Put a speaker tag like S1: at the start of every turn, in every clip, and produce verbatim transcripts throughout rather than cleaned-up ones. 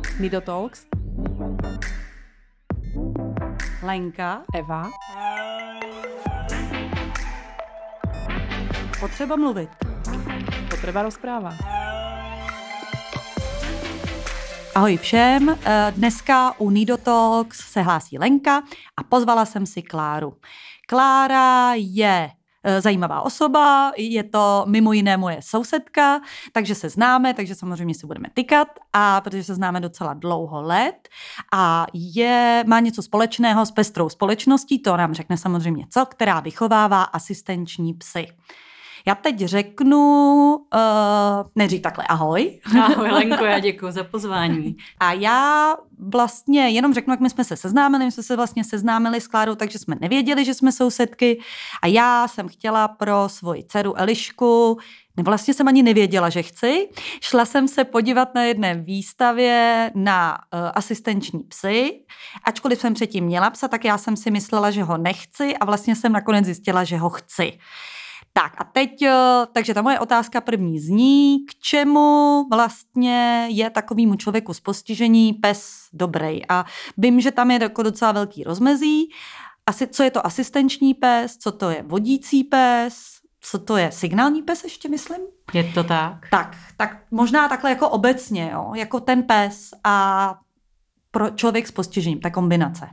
S1: Nido Talks.
S2: Lenka.
S1: Eva.
S2: Potřeba mluvit.
S1: Potřeba rozpráva.
S2: Ahoj všem, dneska u Nido Talks se hlásí Lenka a pozvala jsem si Kláru. Klára je zajímavá osoba, je to mimo jiné moje sousedka, takže se známe, takže samozřejmě si budeme tykat, a protože se známe docela dlouho let a je, má něco společného s pestrou společností, to nám řekne samozřejmě co, která vychovává asistenční psy. Já teď řeknu, uh, nejdřív takhle ahoj.
S3: Ahoj Lenko, já děkuji za pozvání.
S2: A já vlastně jenom řeknu, jak my jsme se seznámili, my jsme se vlastně seznámili s Klárou, takže jsme nevěděli, že jsme sousedky a já jsem chtěla pro svoji dceru Elišku, vlastně jsem ani nevěděla, že chci. Šla jsem se podívat na jedné výstavě na uh, asistenční psy, ačkoliv jsem předtím měla psa, tak já jsem si myslela, že ho nechci a vlastně jsem nakonec zjistila, že ho chci. Tak a teď, takže ta moje otázka první zní, k čemu vlastně je takovému člověku s postižení pes dobrý? A vím, že tam je jako docela velký rozmezí. Asi, co je to asistenční pes, co to je vodící pes, co to je signální pes ještě, myslím?
S3: Je to tak?
S2: Tak, tak možná takhle jako obecně, jo? Jako ten pes a pro člověk s postižením, ta kombinace.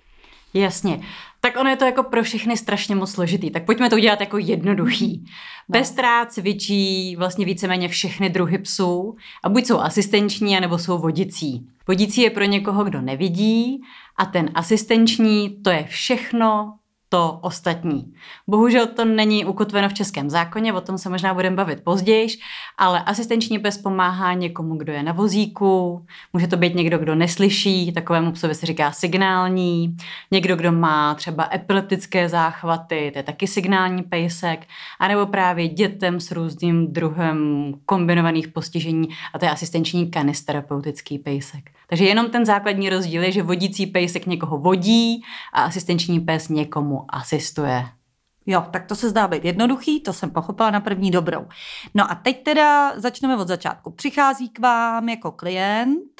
S3: Jasně. Tak ono je to jako pro všechny strašně moc složitý. Tak pojďme to udělat jako jednoduchý. Pes rád cvičí vlastně víceméně všechny druhy psů a buď jsou asistenční, anebo jsou vodící. Vodící je pro někoho, kdo nevidí, a ten asistenční, to je všechno to ostatní. Bohužel to není ukotveno v českém zákoně, o tom se možná budeme bavit později, ale asistenční pes pomáhá někomu, kdo je na vozíku, může to být někdo, kdo neslyší, takovému psovi se říká signální, někdo, kdo má třeba epileptické záchvaty, to je taky signální pejsek, anebo právě dětem s různým druhem kombinovaných postižení, a to je asistenční kanisterapeutický pejsek. Takže jenom ten základní rozdíl je, že vodící pejsek někoho vodí a asistenční pes někomu asistuje.
S2: Jo, tak to se zdá být jednoduchý, to jsem pochopila na první dobrou. No a teď teda začneme od začátku. Přichází k vám jako klient,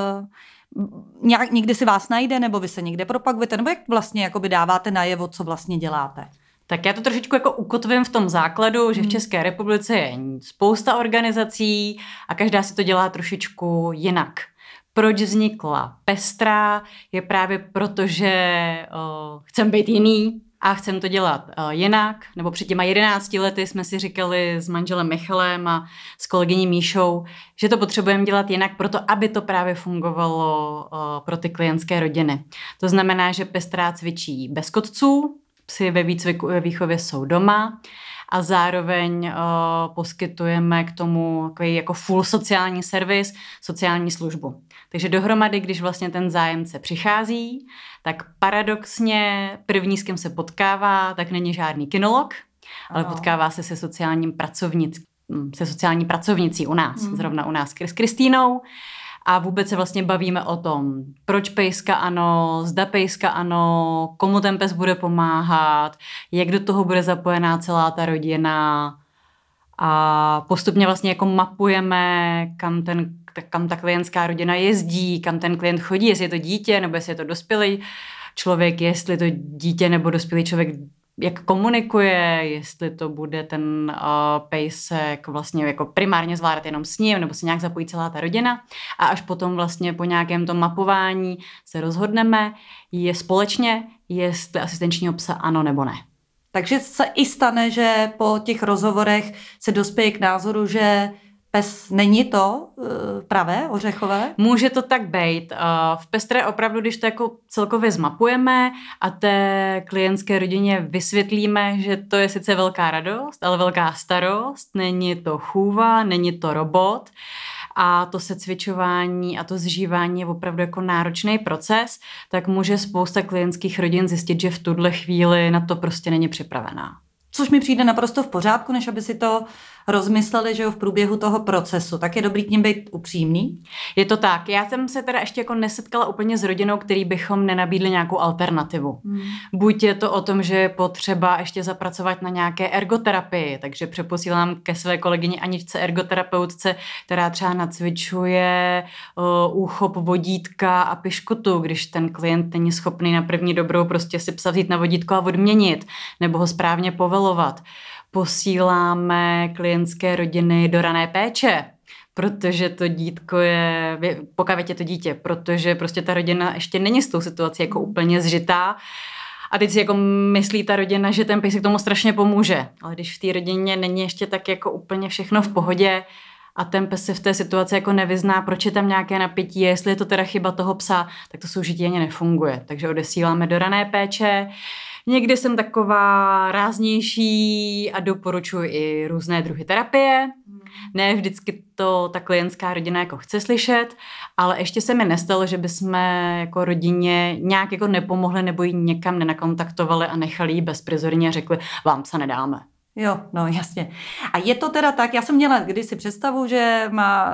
S2: uh, nějak, někdy si vás najde, nebo vy se někde propagujete, nebo jak vlastně jakoby dáváte najevo, co vlastně děláte?
S3: Tak já to trošičku jako ukotvím v tom základu, že v České republice je spousta organizací a každá si to dělá trošičku jinak. Proč vznikla Pestrá, je právě proto, že uh, chcem být jiný a chcem to dělat uh, jinak. Nebo před těma jedenácti lety jsme si říkali s manželem Michalem a s kolegyní Míšou, že to potřebujeme dělat jinak proto, aby to právě fungovalo uh, pro ty klientské rodiny. To znamená, že Pestrá cvičí bez kotců, psi ve výcviku ve výchově jsou doma, a zároveň uh, poskytujeme k tomu takový jako full sociální servis, sociální službu. Takže dohromady, když vlastně ten zájemce přichází, tak paradoxně první, s kým se potkává, tak není žádný kinolog, ale
S2: Ano.
S3: potkává se se sociálním pracovnic, se sociální pracovnicí u nás, mm. zrovna u nás s Kristýnou. A vůbec se vlastně bavíme o tom, proč pejska ano, zda pejska ano, komu ten pes bude pomáhat, jak do toho bude zapojená celá ta rodina. A postupně vlastně jako mapujeme, kam, ten, kam ta klientská rodina jezdí, kam ten klient chodí, jestli je to dítě nebo jestli je to dospělý člověk, jestli to dítě nebo dospělý člověk jak komunikuje, jestli to bude ten uh, pejsek vlastně jako primárně zvládat jenom s ním, nebo se nějak zapojí celá ta rodina. A až potom vlastně po nějakém tom mapování se rozhodneme, je společně, jestli asistenčního psa ano nebo ne.
S2: Takže se i stane, že po těch rozhovorech se dospěje k názoru, že pes není to uh, pravé, ořechové?
S3: Může to tak být. V Pestré opravdu, když to jako celkově zmapujeme a té klientské rodině vysvětlíme, že to je sice velká radost, ale velká starost, není to chůva, není to robot, a to secvičování a to zžívání je opravdu jako náročný proces, tak může spousta klientských rodin zjistit, že v tuhle chvíli na to prostě není připravená.
S2: Což mi přijde naprosto v pořádku, než aby si to rozmysleli, že jo, v průběhu toho procesu. Tak je dobrý k ním být upřímný?
S3: Je to tak. Já jsem se teda ještě jako nesetkala úplně s rodinou, který bychom nenabídli nějakou alternativu. Hmm. Buď je to o tom, že je potřeba ještě zapracovat na nějaké ergoterapii, takže přeposílám ke své kolegyni Aničce ergoterapeutce, která třeba nacvičuje uh, úchop vodítka a piškotu, když ten klient není schopný na první dobrou prostě si psa vzít na vodítko a odměnit, nebo ho správně povelovat. Posíláme klientské rodiny do rané péče, protože to dítko je, pokud je to dítě, protože prostě ta rodina ještě není s tou situací jako úplně zžitá. A teď si jako myslí ta rodina, že ten pes k tomu strašně pomůže. Ale když v té rodině není ještě tak jako úplně všechno v pohodě a ten pes se v té situaci jako nevyzná, proč je tam nějaké napětí, jestli je to teda chyba toho psa, tak to soužití ani nefunguje. Takže odesíláme do rané péče. Někdy jsem taková ráznější a doporučuji i různé druhy terapie. Ne vždycky to ta klientská rodina jako chce slyšet, ale ještě se mi nestalo, že bychom jako rodině nějak jako nepomohli nebo ji někam nenakontaktovali a nechali ji bezprizorně a řekli, vám se nedáme.
S2: Jo, no jasně. A je to teda tak, já jsem měla kdysi představu, že má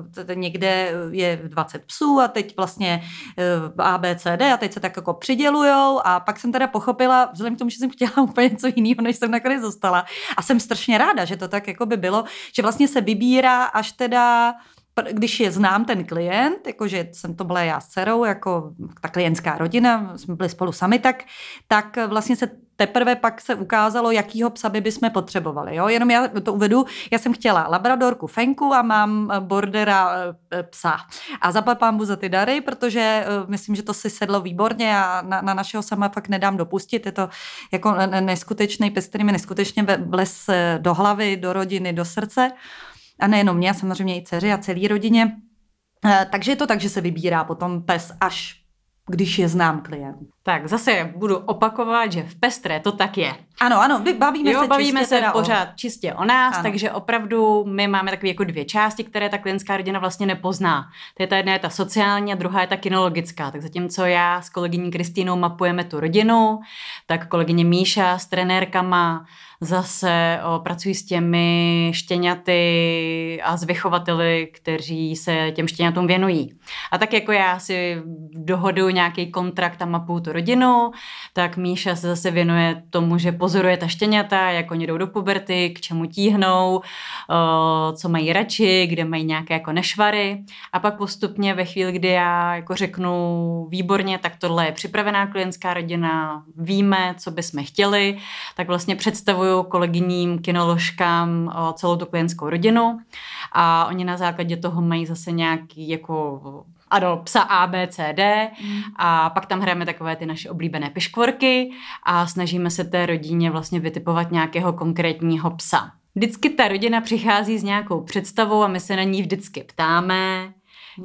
S2: někde je dvacet psů a teď vlastně A, B, C, D a teď se tak jako přidělujou a pak jsem teda pochopila, vzhledem k tomu, že jsem chtěla úplně něco jiného, než jsem nakonec dostala. A jsem strašně ráda, že to tak jako by bylo, že vlastně se vybírá až teda když je znám ten klient, jakože jsem to byla já s dcerou, jako ta klientská rodina, jsme byli spolu sami, tak, tak vlastně se teprve pak se ukázalo, jakýho psa by bychom potřebovali. Jo? Jenom já to uvedu, já jsem chtěla labradorku Fenku a mám bordera psa. A zaplať pánbůh za ty dary, protože myslím, že to si sedlo výborně a na, na našeho sama fakt nedám dopustit. Je to jako neskutečný pes, který mi neskutečně vlez do hlavy, do rodiny, do srdce. A nejenom mě, samozřejmě i dceři a celý rodině. Takže je to tak, že se vybírá potom pes, až když je znám klient.
S3: Tak zase budu opakovat, že v Pestré to tak je.
S2: Ano, ano, bavíme
S3: jo,
S2: se
S3: bavíme
S2: čistě
S3: se
S2: teda
S3: pořád
S2: o...
S3: čistě o nás,
S2: ano.
S3: Takže opravdu my máme takové jako dvě části, které ta klientská rodina vlastně nepozná. To je ta jedna je ta sociální a druhá je ta kinologická. Tak zatímco já s kolegyní Kristýnou mapujeme tu rodinu, tak kolegyně Míša s trenérkama zase o, pracují s těmi štěňaty a s vychovateli, kteří se těm štěňatům věnují. A tak jako já si dohoduju nějaký kontrakt a mapuju tu rodinu, tak Míša se zase věnuje tomu, že pozoruje ta štěňata, jak oni jdou do puberty, k čemu tíhnou, co mají radši, kde mají nějaké jako nešvary. A pak postupně ve chvíli, kdy já jako řeknu výborně, tak tohle je připravená klientská rodina, víme, co bychom chtěli, tak vlastně představuju kolegyním kinoložkám celou tu klientskou rodinu a oni na základě toho mají zase nějaký jako ano, psa A, B, C, D mm. a pak tam hrajeme takové ty naše oblíbené piškvorky a snažíme se té rodině vlastně vytipovat nějakého konkrétního psa. Vždycky ta rodina přichází s nějakou představou a my se na ní vždycky ptáme, mm.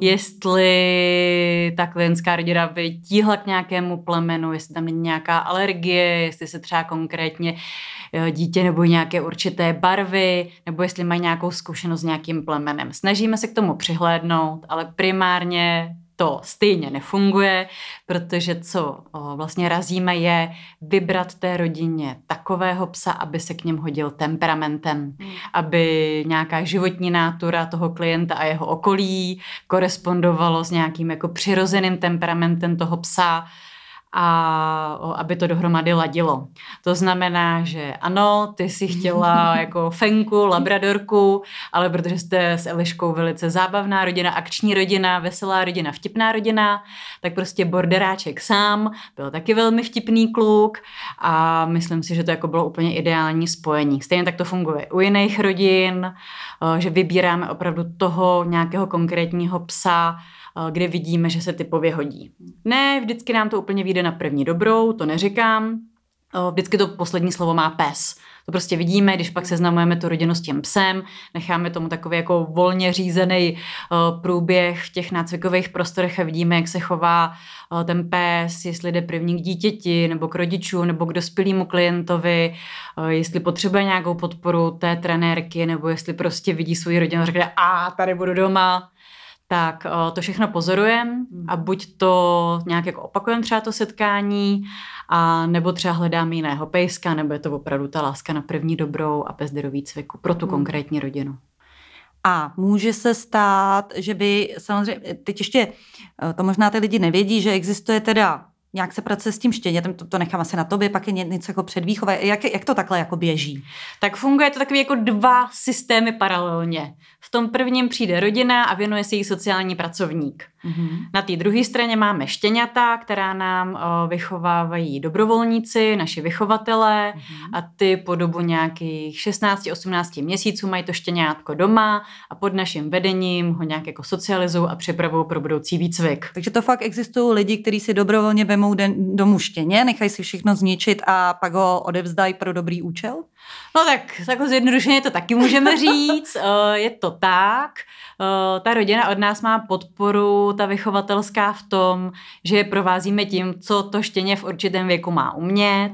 S3: jestli ta klientská rodina by tíhla k nějakému plemenu, jestli tam není nějaká alergie, jestli se třeba konkrétně dítě nebo nějaké určité barvy, nebo jestli mají nějakou zkušenost s nějakým plemenem. Snažíme se k tomu přihlédnout, ale primárně to stejně nefunguje, protože co o, vlastně razíme je vybrat té rodině takového psa, aby se k něm hodil temperamentem, hmm. aby nějaká životní nátura toho klienta a jeho okolí korespondovalo s nějakým jako přirozeným temperamentem toho psa, a aby to dohromady ladilo. To znamená, že ano, ty si chtěla jako Fenku, labradorku, ale protože jste s Eliškou velice zábavná rodina, akční rodina, veselá rodina, vtipná rodina, tak prostě borderáček sám byl taky velmi vtipný kluk a myslím si, že to jako bylo úplně ideální spojení. Stejně tak to funguje u jiných rodin, že vybíráme opravdu toho nějakého konkrétního psa, kde vidíme, že se typově hodí. Ne, vždycky nám to úplně vyjde na první dobrou, to neříkám. Vždycky to poslední slovo má pes. To prostě vidíme, když pak seznamujeme tu rodinu s tím psem, necháme tomu takový jako volně řízený průběh v těch nácvikových prostorech a vidíme, jak se chová ten pes, jestli jde první k dítěti, nebo k rodičům, nebo k dospělému klientovi, jestli potřebuje nějakou podporu té trenérky, nebo jestli prostě vidí svou rodinu a řekne, a tady budu doma. tak o, to všechno pozorujeme a buď to nějak jako opakujeme třeba to setkání, a nebo třeba hledáme jiného pejska, nebo je to opravdu ta láska na první dobrou a bez do výcviku pro tu hmm. konkrétní rodinu.
S2: A může se stát, že by samozřejmě, teď ještě to možná ty lidi nevědí, že existuje teda nějak se pracuje s tím štěnětem, to, to nechám asi na tobě, pak je něco jako předvýchova. Jak, jak to takhle jako běží?
S3: Tak funguje to takový jako dva systémy paralelně. V tom prvním přijde rodina a věnuje se jí sociální pracovník. Mm-hmm. Na té druhé straně máme štěňata, která nám o, vychovávají dobrovolníci, naši vychovatelé mm-hmm. a ty po dobu nějakých šestnáct osmnáct měsíců mají to štěňátko doma a pod naším vedením ho nějak jako socializují a připravují pro budoucí výcvik.
S2: Takže to fakt existují lidi, kteří si dobrovolně vemou den, domů štěně, nechají si všechno zničit a pak ho odevzdají pro dobrý účel?
S3: No tak, takhle zjednodušeně to taky můžeme říct. Je to tak. Ta rodina od nás má podporu, ta vychovatelská v tom, že je provázíme tím, co to štěně v určitém věku má umět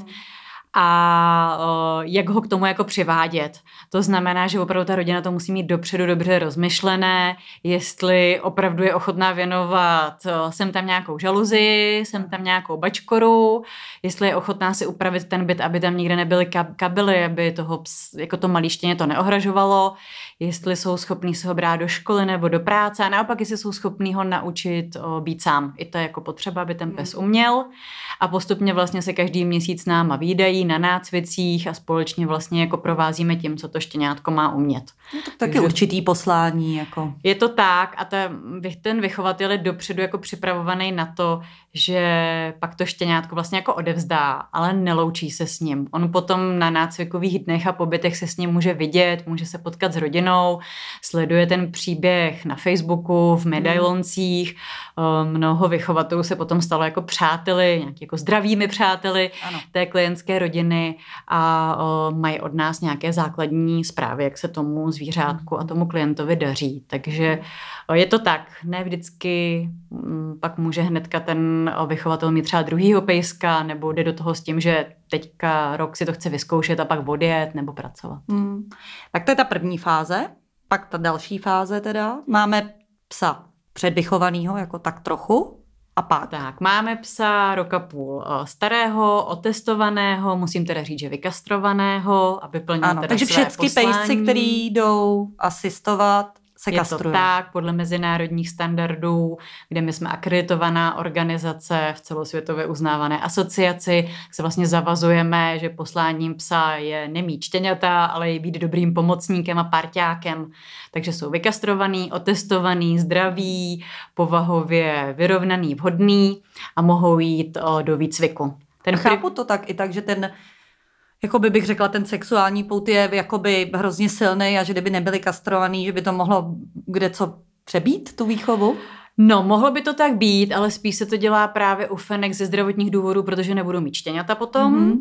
S3: a jak ho k tomu jako přivádět. To znamená, že opravdu ta rodina to musí mít dopředu dobře rozmyšlené, jestli opravdu je ochotná věnovat sem tam nějakou žaluzii, sem tam nějakou bačkoru, jestli je ochotná si upravit ten byt, aby tam nikde nebyly kabely, aby toho ps, jako to malý štěně to neohražovalo, jestli jsou schopní se ho brát do školy nebo do práce a naopak, jestli jsou schopní ho naučit o, být sám. I to je jako potřeba, aby ten pes uměl a postupně vlastně se každý měsíc náma výdají na nácvicích a společně vlastně jako provázíme tím, co to štěňátko má umět.
S2: No, to taky určitý poslání. Jako.
S3: Je to tak a ta, ten vychovatel je dopředu jako připravovaný na to, že pak to štěňátko vlastně jako odevzdá, ale neloučí se s ním. On potom na nácvikových dnech a pobytech se s ním může vidět, může se potkat s rodinou, sleduje ten příběh na Facebooku, v medailoncích. Hmm. Mnoho vychovatelů se potom stalo jako přáteli, nějaký jako zdravými přáteli ano. té klientské rodiny a o, mají od nás nějaké základní zprávy, jak se tomu zvířátku a tomu klientovi daří. Takže o, je to tak. Ne vždycky m, pak může hnedka ten vychovatel mít třeba druhýho pejska nebo jde do toho s tím, že teďka rok si to chce vyzkoušet a pak odjet nebo pracovat.
S2: Hmm. Tak to je ta první fáze. Pak ta další fáze teda. Máme psa předvychovanýho jako tak trochu. A pak?
S3: Tak, máme psa roka půl starého, otestovaného, musím teda říct, že vykastrovaného, aby plnil
S2: ano,
S3: teda
S2: takže
S3: své
S2: všechny
S3: poslání.
S2: pejsci, který jdou asistovat, se
S3: je
S2: kastrují.
S3: to tak, podle mezinárodních standardů, kde my jsme akreditovaná organizace v celosvětově uznávané asociaci, se vlastně zavazujeme, že posláním psa je nemít štěňata, ale je být dobrým pomocníkem a parťákem. Takže jsou vykastrovaný, otestovaný, zdraví, povahově vyrovnaný, vhodný a mohou jít o, do výcviku.
S2: Ten Chápu to tak i tak, že ten jakoby bych řekla, ten sexuální pout je jakoby hrozně silný a že kdyby nebyli kastrovaný, že by to mohlo kde co přebít, tu výchovu?
S3: No, mohlo by to tak být, ale spíš se to dělá právě u fenek ze zdravotních důvodů, protože nebudou mít štěňata potom. Mm-hmm.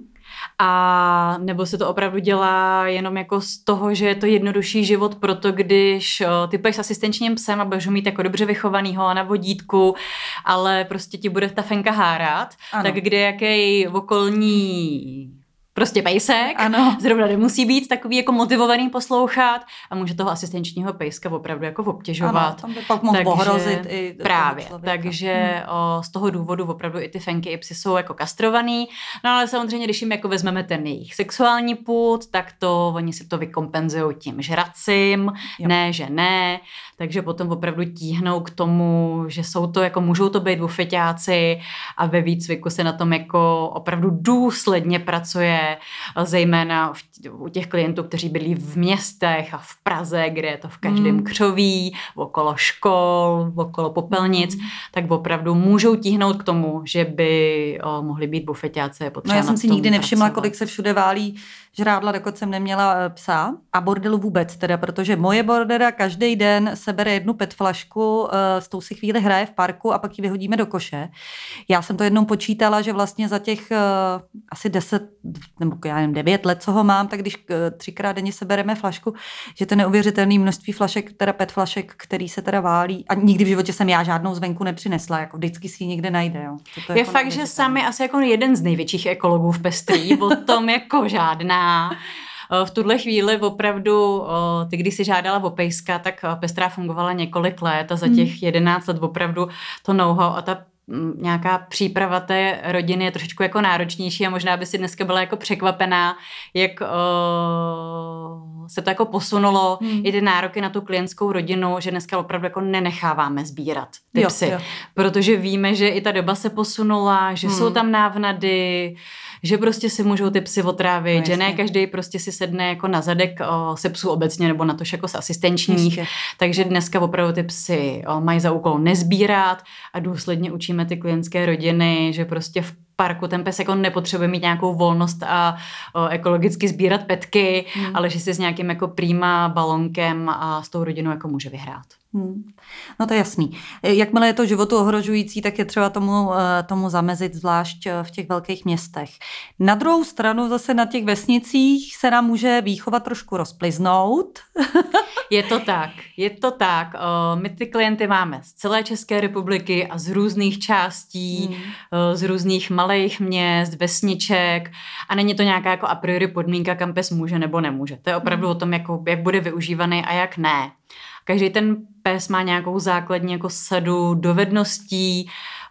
S3: A nebo se to opravdu dělá jenom jako z toho, že je to jednodušší život, proto když o, ty půjdeš s asistenčním psem a budeš ho mít jako dobře vychovanýho na vodítku, ale prostě ti bude ta fenka hárat, ano. tak kde jaký okolní prostě pejsek, ano. zrovna nemusí být takový jako motivovaný poslouchat a může toho asistenčního pejska opravdu jako obtěžovat.
S2: Ano, tam by pak mohl ohrozit i
S3: právě, takže hmm. o, z toho důvodu opravdu i ty fenky i psy jsou jako kastrovaný, no ale samozřejmě, když jim jako vezmeme ten jejich sexuální pud, tak to oni si to vykompenzují tím žracím, jo. ne, že ne, takže potom opravdu tíhnou k tomu, že jsou to jako, můžou to být bufeťáci a ve výcviku se na tom jako opravdu důsledně pracuje, zejména v, u těch klientů, kteří bydlí v městech a v Praze, kde je to v každém mm. křoví, okolo škol, okolo popelnic, mm. tak opravdu můžou tíhnout k tomu, že by o, mohli být bufeťáci.
S2: No já jsem si nikdy nevšimla, pracovat. Kolik se všude válí žrádla, dokud jsem neměla psa a bordelu vůbec teda, protože moje bordera každý den sebere jednu petflašku, s tou si chvíli hraje v parku a pak ji vyhodíme do koše. Já jsem to jednou počítala, že vlastně za těch asi deset nebo já nevím, devět let, co ho mám, tak když třikrát denně sebereme flašku, že to je neuvěřitelné množství flašek, teda pet flašek, který se teda válí. A nikdy v životě jsem já žádnou zvenku nepřinesla, jako vždycky si ji někde najde. Jo. To
S3: je
S2: jako
S3: fakt, že sami asi jako jeden z největších ekologů v Pestrý, o tom jako žádná. v tuhle chvíli opravdu, ty když si žádala o pejska, tak Pestrá fungovala několik let a za těch jedenáct let opravdu to know-how a ta nějaká příprava té rodiny je trošičku jako náročnější a možná by si dneska byla jako překvapená, jak uh, se to jako posunulo, hmm. i ty nároky na tu klientskou rodinu, že dneska opravdu jako nenecháváme sbírat ty
S2: jo,
S3: psy.
S2: Jo.
S3: Protože víme, že i ta doba se posunula, že hmm. jsou tam návnady, že prostě si můžou ty psy otrávit, no, že ne každý prostě si sedne jako na zadek o, se psů obecně nebo na to jako z asistenčních. Jistě. Takže dneska opravdu ty psy o, mají za úkol nezbírat a důsledně učíme ty klientské rodiny, že prostě v parku ten pes jako nepotřebuje mít nějakou volnost a o, ekologicky sbírat petky, hmm. ale že si s nějakým jako prima balonkem a s tou rodinou jako může vyhrát.
S2: Hmm. No to je jasný. Jakmile je to životu ohrožující, tak je třeba tomu, tomu zamezit, zvlášť v těch velkých městech. Na druhou stranu zase na těch vesnicích se nám může výchova trošku rozpliznout.
S3: Je to tak, je to tak. My ty klienty máme z celé České republiky a z různých částí, hmm. z různých malých měst, vesniček a není to nějaká jako a priori podmínka, kam pes může nebo nemůže. To je opravdu hmm. o tom, jako, jak bude využívaný a jak ne. Každý ten pes má nějakou základní jako sadu dovedností,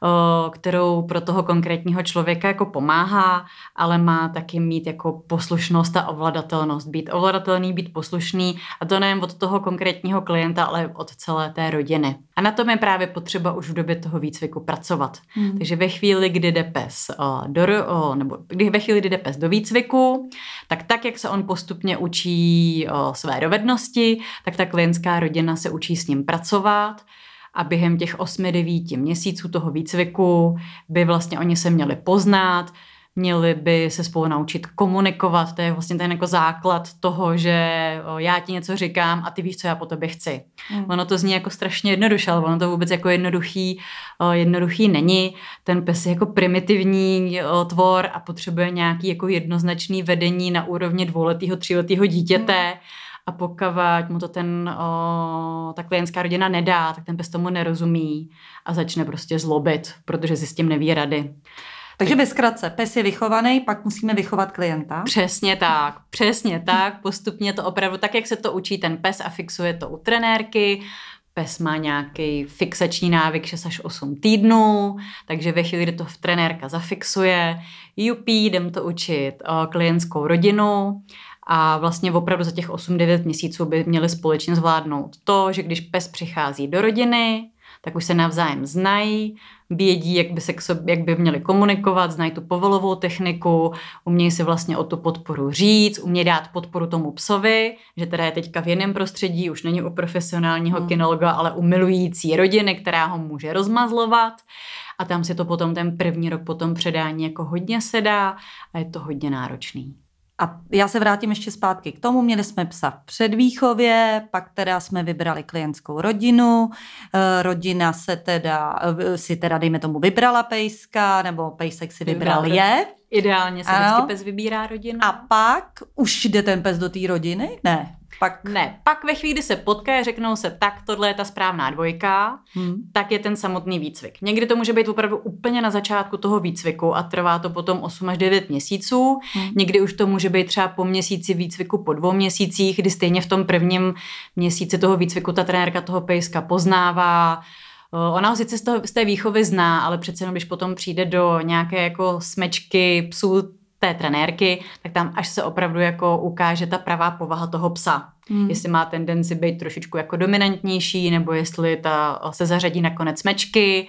S3: kterou pro toho konkrétního člověka jako pomáhá, ale má taky mít jako poslušnost a ovladatelnost. Být ovladatelný, být poslušný a to nejen od toho konkrétního klienta, ale od celé té rodiny. A na tom je právě potřeba už v době toho výcviku pracovat. Hmm. Takže ve chvíli, kdy jde pes do, nebo kdy ve chvíli, kdy jde pes do výcviku, tak tak, jak se on postupně učí své dovednosti, tak ta klientská rodina se učí s ním pracovat a během těch osmi devíti měsíců toho výcviku by vlastně oni se měli poznat, měli by se spolu naučit komunikovat, to je vlastně ten jako základ toho, že já ti něco říkám a ty víš, co já po tobě chci. Mm. Ono to zní jako strašně jednoduše, ale ono to vůbec jako jednoduchý, jednoduchý není. Ten pes je jako primitivní tvor a potřebuje nějaký jako jednoznačný vedení na úrovni dvouletého, tříletého dítěte. Mm. A pokud mu to ten, o, ta klientská rodina nedá, tak ten pes tomu nerozumí a začne prostě zlobit, protože si s tím neví rady.
S2: Takže ve zkratce, pes je vychovaný, pak musíme vychovat klienta.
S3: Přesně tak, přesně tak. Postupně to opravdu, tak jak se to učí ten pes a fixuje to u trenérky, pes má nějaký fixační návyk šest až osm týdnů, takže ve chvíli, kdy to trenérka zafixuje, jupí, jdem to učit o, klientskou rodinu. A vlastně opravdu za těch osm devět měsíců by měli společně zvládnout to, že když pes přichází do rodiny, tak už se navzájem znají, vědí, jak by, se k sobě, jak by měli komunikovat, znají tu povolovou techniku, umějí si vlastně o tu podporu říct, umějí dát podporu tomu psovi, že teda je teďka v jiném prostředí, už není u profesionálního hmm. kinologa, ale u milující rodiny, která ho může rozmazlovat. A tam si to potom ten první rok po tom předání jako hodně sedá a je to hodně náročný.
S2: A já se vrátím ještě zpátky k tomu. Měli jsme psa v předvýchově, pak teda jsme vybrali klientskou rodinu. Rodina se teda, si teda, dejme tomu, vybrala pejska, nebo pejsek si vybral, vybral je.
S3: Ideálně se ano. vždycky pes vybírá rodinu.
S2: A pak už jde ten pes do té rodiny? Ne. Pak...
S3: Ne, pak ve chvíli, kdy se potkají, řeknou se, tak tohle je ta správná dvojka, hmm. tak je ten samotný výcvik. Někdy to může být opravdu úplně na začátku toho výcviku a trvá to potom osm až devět měsíců. Hmm. Někdy už to může být třeba po měsíci výcviku, po dvou měsících, kdy stejně v tom prvním měsíci toho výcviku ta trenérka toho pejska poznává. Ona ho sice z, toho, z té výchovy zná, ale přece jenom, když potom přijde do nějaké jako smečky psů té trenérky, tak tam až se opravdu jako ukáže ta pravá povaha toho psa. Hmm. Jestli má tendenci být trošičku jako dominantnější, nebo jestli ta se zařadí na konec smečky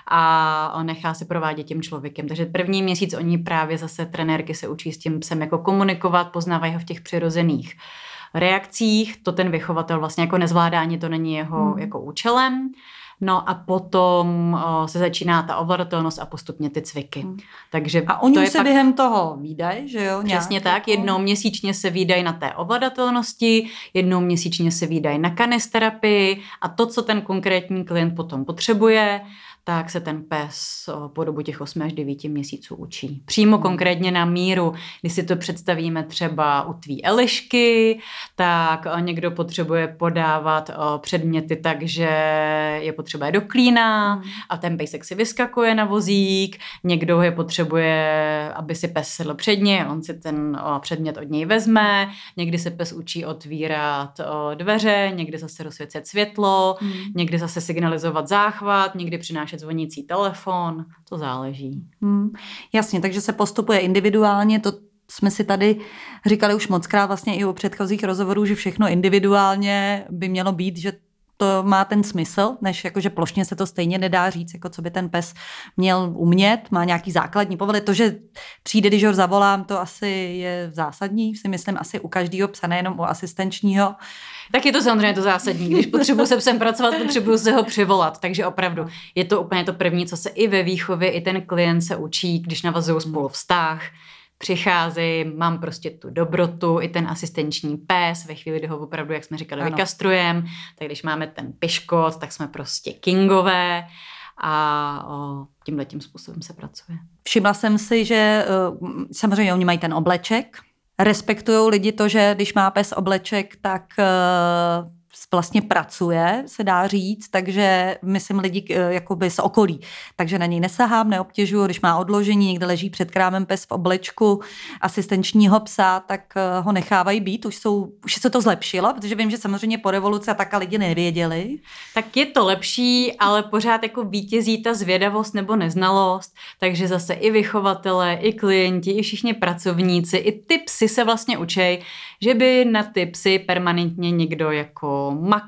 S3: a nechá se provádět tím člověkem. Takže první měsíc oni právě zase trenérky se učí s tím psem jako komunikovat, poznávají ho v těch přirozených reakcích. To ten vychovatel vlastně jako nezvládání, to není jeho hmm. jako účelem. No a potom o, se začíná ta ovladatelnost a postupně ty cviky. Hmm. Takže
S2: a oni
S3: to je
S2: se
S3: pak...
S2: během toho vídají, že jo?
S3: Přesně tak, jako... jednou měsíčně se vídají na té ovladatelnosti, jednou měsíčně se vídají na kanisterapii a to, co ten konkrétní klient potom potřebuje, tak se ten pes po dobu těch osmi až devíti měsíců učí. Přímo hmm. konkrétně na míru, když si to představíme třeba u tvý Elišky, tak někdo potřebuje podávat předměty tak, že je potřebuje do klína hmm. a ten pejsek si vyskakuje na vozík, někdo je potřebuje, aby si pes sedl před něj, on si ten předmět od něj vezme, někdy se pes učí otvírat dveře, někdy zase rozsvěcet světlo, hmm. někdy zase signalizovat záchvat, někdy přinášet zvonící telefon, to záleží.
S2: Hmm. Jasně, takže se postupuje individuálně, to jsme si tady říkali už mockrát vlastně i u předchozích rozhovorů, že všechno individuálně by mělo být, že to má ten smysl, než jakože plošně se to stejně nedá říct, jako co by ten pes měl umět, má nějaký základní povaly. To, že přijde, když ho zavolám, to asi je zásadní, si myslím asi u každého psa, nejenom u asistenčního.
S3: Tak je to samozřejmě to zásadní. Když potřebuji se psem pracovat, potřebuji se ho přivolat. Takže opravdu je to úplně to první, co se i ve výchově, i ten klient se učí, když navazují spolu vztah. Přicházejí, mám prostě tu dobrotu, i ten asistenční pes, ve chvíli, kdy ho opravdu, jak jsme říkali, vykastrujeme, tak když máme ten piškot, tak jsme prostě kingové a o, tímhletím způsobem se pracuje.
S2: Všimla jsem si, že samozřejmě oni mají ten obleček, respektují lidi to, že když má pes obleček, tak vlastně pracuje, se dá říct, takže myslím lidi jakoby z okolí. Takže na něj nesahám, neobtěžuju, když má odložení, někde leží před krámem pes v oblečku asistenčního psa, tak ho nechávají být. Už, jsou, už se to zlepšilo, protože vím, že samozřejmě po revoluci a tak lidi nevěděli.
S3: Tak je to lepší, ale pořád jako vítězí ta zvědavost nebo neznalost, takže zase i vychovatelé, i klienti, i všichni pracovníci, i ty psy se vlastně učej, že by na ty psy permanentně někdo jako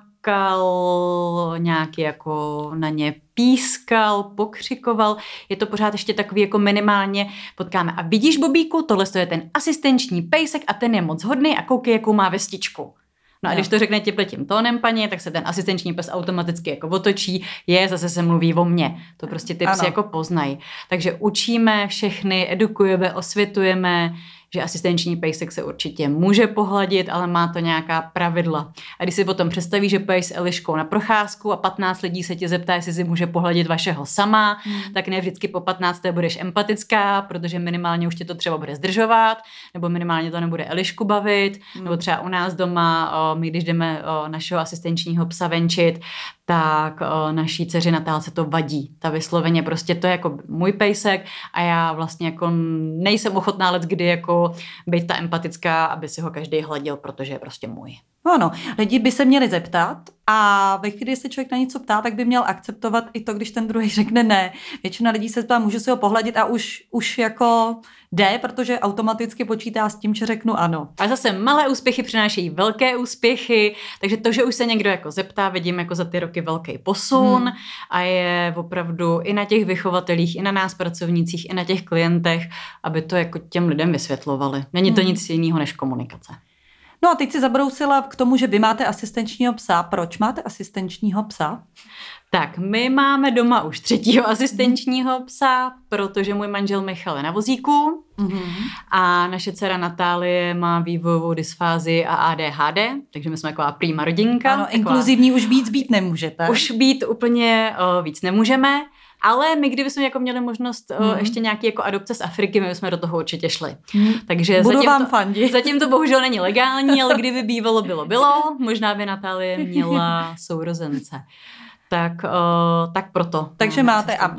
S3: makal, nějaký jako na ně pískal, pokřikoval. Je to pořád ještě takový jako minimálně potkáme. A vidíš, Bobíku, tohle je ten asistenční pejsek a ten je moc hodný a koukej, jakou má vestičku. No a když to řekne tím tónem paní, tak se ten asistenční pes automaticky jako otočí, je, zase se mluví o mně. To prostě ty psy jako poznají. Takže učíme všechny, edukujeme, osvětujeme, že asistenční pejsek se určitě může pohladit, ale má to nějaká pravidla. A když si potom představíš, že pojď s Eliškou na procházku a patnáct lidí se tě zeptá, jestli si může pohladit vašeho sama, hmm. tak ne vždycky po patnácté budeš empatická, protože minimálně už tě to třeba bude zdržovat, nebo minimálně to nebude Elišku bavit, hmm. nebo třeba u nás doma, o, my když jdeme o, našeho asistenčního psa venčit, tak o, naší dceři Natálce to vadí. Ta vysloveně prostě to je jako můj pejsek a já vlastně jako nejsem ochotná let kdy jako být ta empatická, aby si ho každý hladil, protože je prostě můj.
S2: Ano, lidi by se měli zeptat a ve chvíli, kdy se člověk na něco ptá, tak by měl akceptovat i to, když ten druhý řekne ne. Většina lidí se ptá, můžu si ho pohladit a už, už jako jde, protože automaticky počítá s tím, že řeknu ano.
S3: A zase malé úspěchy přinášejí velké úspěchy, takže to, že už se někdo jako zeptá, vidím jako za ty roky velký posun hmm. a je opravdu i na těch vychovatelích, i na nás pracovnících, i na těch klientech, aby to jako těm lidem vysvětlovali. Není to hmm. nic jiného než komunikace.
S2: No a teď si zabrousila k tomu, že vy máte asistenčního psa. Proč máte asistenčního psa?
S3: Tak, my máme doma už třetího asistenčního psa, protože můj manžel Michal je na vozíku mm-hmm. a naše dcera Natálie má vývojovou dysfázii a A D H D, takže my jsme taková prýma rodinka.
S2: Ano, taková... inkluzivní už víc být nemůžete.
S3: Už být úplně uh, víc nemůžeme. Ale my, kdybychom jako měli možnost mm. o, ještě nějaký jako adopce z Afriky, my bychom do toho určitě šli.
S2: Mm.
S3: Takže
S2: budu
S3: zatím
S2: vám
S3: to,
S2: fandit.
S3: Zatím to bohužel není legální, ale kdyby bývalo, bylo, bylo. Možná by Natálie měla sourozence. Tak, o, tak proto.
S2: Takže máte a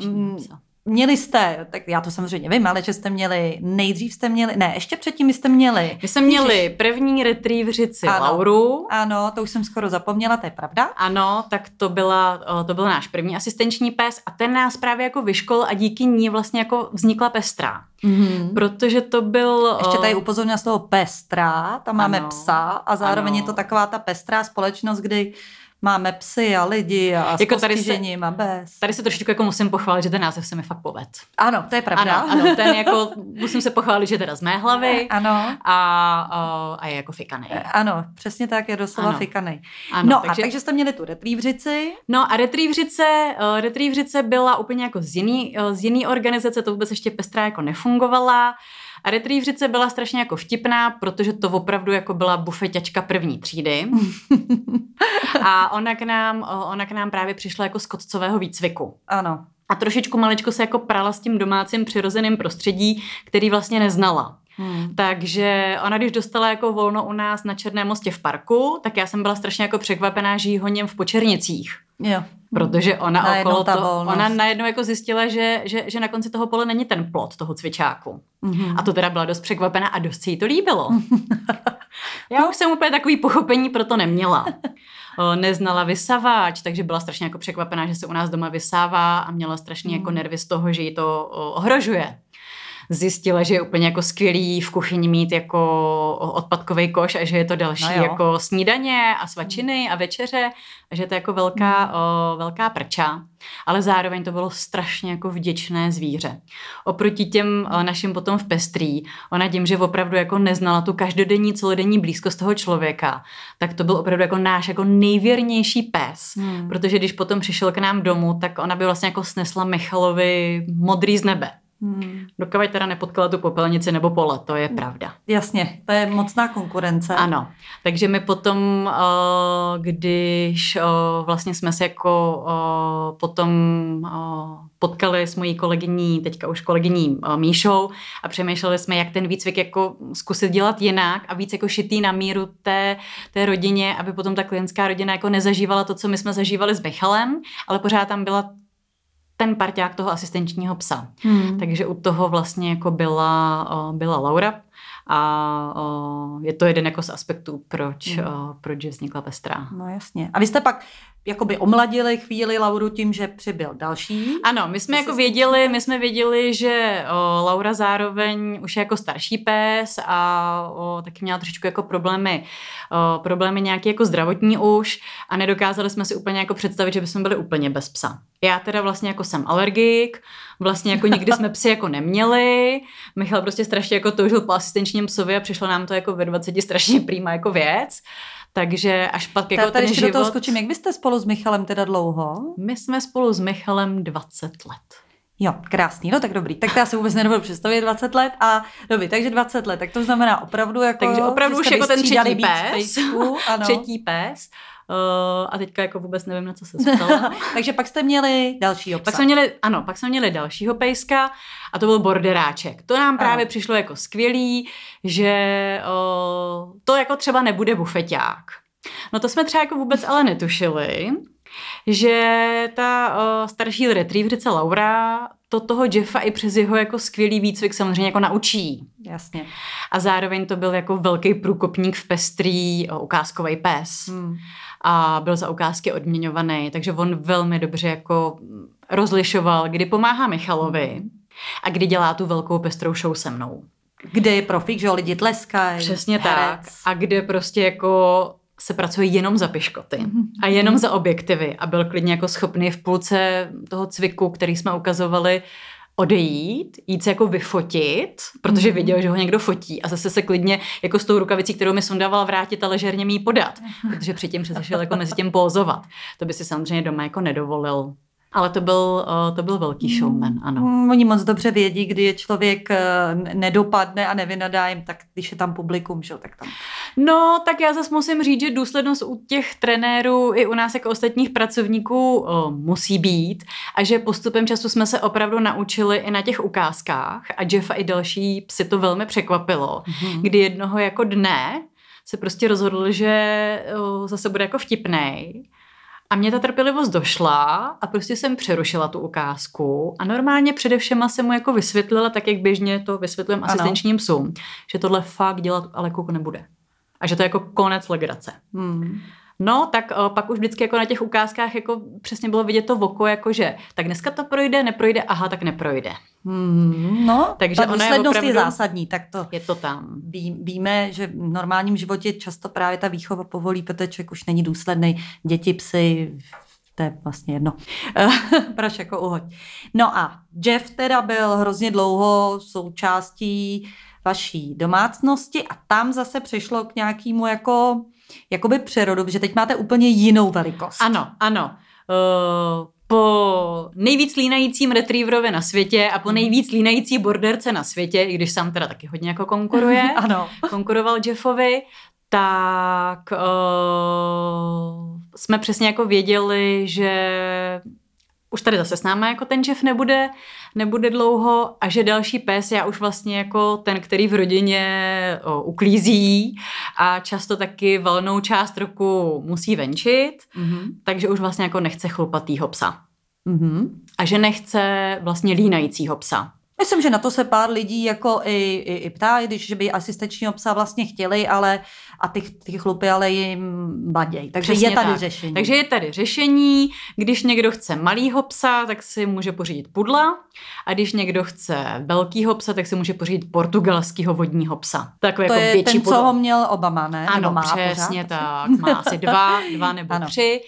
S2: měli jste, tak já to samozřejmě vím, ale že jste měli, nejdřív jste měli, ne, ještě předtím jste měli.
S3: My jsme měli první retrieverici Lauru.
S2: Ano, to už jsem skoro zapomněla, to je pravda.
S3: Ano, tak to byla, to byl náš první asistenční pes a ten nás právě jako vyškolil a díky ní vlastně jako vznikla Pestrá. Mm-hmm. Protože to byl...
S2: Ještě tady upozorňuji slovo Pestrá, tam máme ano, psa a zároveň ano. je to taková ta pestrá společnost, kdy máme psy a lidi a jako s postižením a bez.
S3: Tady se trošičku jako musím pochválit, že ten název se mi fakt poved.
S2: Ano, to je pravda.
S3: Ano, ano, ten jako, musím se pochválit, že teda z mé hlavy.
S2: Ano.
S3: A, a, a je jako fikanej.
S2: Ano, přesně tak, je doslova ano. fikanej.
S3: Ano,
S2: no
S3: takže,
S2: a takže jste měli tu retrieverici.
S3: No a retrieverice, uh, retrieverice byla úplně jako z jiný, uh, z jiný organizace, to vůbec ještě Pestrá jako nefungovala. A retrieverice byla strašně jako vtipná, protože to opravdu jako byla bufeťačka první třídy. A ona k nám, ona k nám právě přišla jako z kotcového výcviku.
S2: Ano.
S3: a trošičku maličko se jako prala s tím domácím přirozeným prostředí, který vlastně neznala. Hmm. Takže ona, když dostala jako volno u nás na Černém mostě v parku, tak já jsem byla strašně jako překvapená, že jí honím v Počernicích.
S2: Jo.
S3: Protože ona
S2: najednou
S3: okolo
S2: ta
S3: to,
S2: volnost.
S3: ona najednou jako zjistila, že, že, že na konci toho pole není ten plot toho cvičáku. Mm-hmm. A to teda byla dost překvapená a dost si jí to líbilo. Já už jsem úplně takový pochopení pro to neměla. O, neznala vysavač, takže byla strašně jako překvapená, že se u nás doma vysává a měla strašně mm. jako nervy z toho, že jí to o, ohrožuje. Zjistila, že je úplně jako skvělý v kuchyni mít jako odpadkový koš a že je to další no jako snídaně a svačiny a večeře a že to je jako velká, o, velká prča, ale zároveň to bylo strašně jako vděčné zvíře. Oproti těm o, našim potom v Pestrý, ona tím, že opravdu jako neznala tu každodenní, celodenní blízkost toho člověka, tak to byl opravdu jako náš jako nejvěrnější pes, hmm. protože když potom přišel k nám domů, tak ona by vlastně jako snesla Michalovi modrý z nebe. Hmm. Dokud teda nepotkala tu popelnici nebo pole, to je pravda.
S2: Jasně, to je mocná konkurence.
S3: Ano, takže my potom, když vlastně jsme se jako potom potkali s mojí kolegyní, teďka už kolegyní Míšou a přemýšleli jsme, jak ten výcvik jako zkusit dělat jinak a víc jako šitý na míru té, té rodině, aby potom ta klientská rodina jako nezažívala to, co my jsme zažívali s Michalem, ale pořád tam byla ten parťák toho asistenčního psa. Hmm. Takže u toho vlastně jako byla, byla Laura a je to jeden jako z aspektů, proč, hmm. proč vznikla Pestrá.
S2: No jasně. A vy jste pak jakoby omladili chvíli Lauru tím, že přibyl další?
S3: Ano, my jsme jako věděli, my jsme věděli, že o, Laura zároveň už je jako starší pes a o, taky měla trošičku jako problémy, o, problémy nějaké jako zdravotní už a nedokázali jsme si úplně jako představit, že bychom byli úplně bez psa. Já teda vlastně jako jsem alergik, vlastně jako nikdy jsme psy jako neměli, Michal prostě strašně jako toužil po asistenčním psovi a přišlo nám to jako ve dvaceti strašně prýma jako věc. Takže až pak jako
S2: ten život... do toho
S3: skočím.
S2: Jak byste spolu s Michalem teda dlouho?
S3: My jsme spolu s Michalem dvacet let.
S2: Jo, krásný, no tak dobrý. Tak já si vůbec nedovedu představit dvacet let a dobrý, takže dvacet let, tak to znamená opravdu jako...
S3: Takže opravdu už jako ten třetí pes,
S2: pejsku, ano.
S3: třetí pes. Uh, a teďka jako vůbec nevím, na co se stalo.
S2: Takže pak jste měli dalšího psa.
S3: Pak jsme měli, ano, pak jsme měli dalšího pejska a to byl borderáček. To nám právě ano. přišlo jako skvělý, že uh, to jako třeba nebude bufeťák. No to jsme třeba jako vůbec ale netušili, že ta uh, starší retrieverice Laura to toho Jeffa i přes jeho jako skvělý výcvik samozřejmě jako naučí.
S2: Jasně.
S3: A zároveň to byl jako velký průkopník v Pestrý, uh, ukázkový pes. Hmm. A byl za ukázky odměňovaný, takže on velmi dobře jako rozlišoval, kdy pomáhá Michalovi a kdy dělá tu velkou pestrou show se mnou.
S2: Kde je profík, že lidi tleskají.
S3: Přesně herec. Tak. A kde prostě jako se pracuje jenom za piškoty a jenom za objektivy a byl klidně jako schopný v půlce toho cviku, který jsme ukazovali, odejít, jít se jako vyfotit, protože viděl, že ho někdo fotí a zase se klidně jako s tou rukavicí, kterou mi sundával, vrátit a ležerně mi ji podat, protože předtím přešel jako mezi tím pózovat. To by si samozřejmě doma jako nedovolil. Ale to byl, to byl velký showman, ano.
S2: Mm, oni moc dobře vědí, kdy je člověk nedopadne a nevynadá jim, tak když je tam publikum, že, tak tam.
S3: No, tak já zase musím říct, že důslednost u těch trenérů i u nás jako ostatních pracovníků o, musí být a že postupem času jsme se opravdu naučili i na těch ukázkách a Jeffa i další psy to velmi překvapilo, mm-hmm. kdy jednoho jako dne se prostě rozhodl, že o, zase bude jako vtipnej. A mě ta trpělivost došla a prostě jsem přerušila tu ukázku a normálně především jsem mu jako vysvětlila, tak jak běžně to vysvětlím asistenčním psům, že tohle fakt dělat ale jako nebude. A že to je jako konec legrace. Hmm. No, tak o, pak už vždycky jako na těch ukázkách jako přesně bylo vidět to v oko, jako že tak dneska to projde, neprojde, aha, tak neprojde.
S2: Hmm, no,
S3: takže
S2: ta důslednost je, opravdu, je zásadní, tak to
S3: je to tam.
S2: Ví, víme, že v normálním životě často právě ta výchova povolí, protože člověk už není důsledný. Děti, psy, to je vlastně jedno. Praš jako uhoď. No a Jeff teda byl hrozně dlouho součástí vaší domácnosti a tam zase přešlo k nějakému jako jakoby přerodu, že teď máte úplně jinou velikost.
S3: Ano, ano. Uh, po nejvíc línajícím retrieverovi na světě a po nejvíc línající borderce na světě, i když sám teda taky hodně jako konkuruje,
S2: ano.
S3: konkuroval Jeffovi, tak uh, jsme přesně jako věděli, že už tady zase s námi jako ten Jeff nebude, nebude dlouho a že další pes, já už vlastně jako ten, který v rodině o, uklízí a často taky valnou část roku musí venčit, mm-hmm. takže už vlastně jako nechce chlupatýho psa. Mm-hmm. A že nechce vlastně línajícího psa.
S2: Myslím, že na to se pár lidí jako i, i, i ptá, když by asistenčního psa vlastně chtěli, ale a ty, ty chlupy ale jim vadějí. Takže
S3: Přesně
S2: je tady
S3: tak.
S2: řešení.
S3: Takže je tady řešení, když někdo chce malýho psa, tak si může pořídit pudla a když někdo chce velkýho psa, tak si může pořídit portugalskýho vodního psa. Takový
S2: to
S3: jako
S2: je
S3: větší
S2: ten,
S3: pudlo.
S2: co ho měl Obama, ne?
S3: Ano,
S2: Nebo má
S3: přesně
S2: pořád?
S3: tak. Má asi dva, dva nebo
S2: ano.
S3: tři.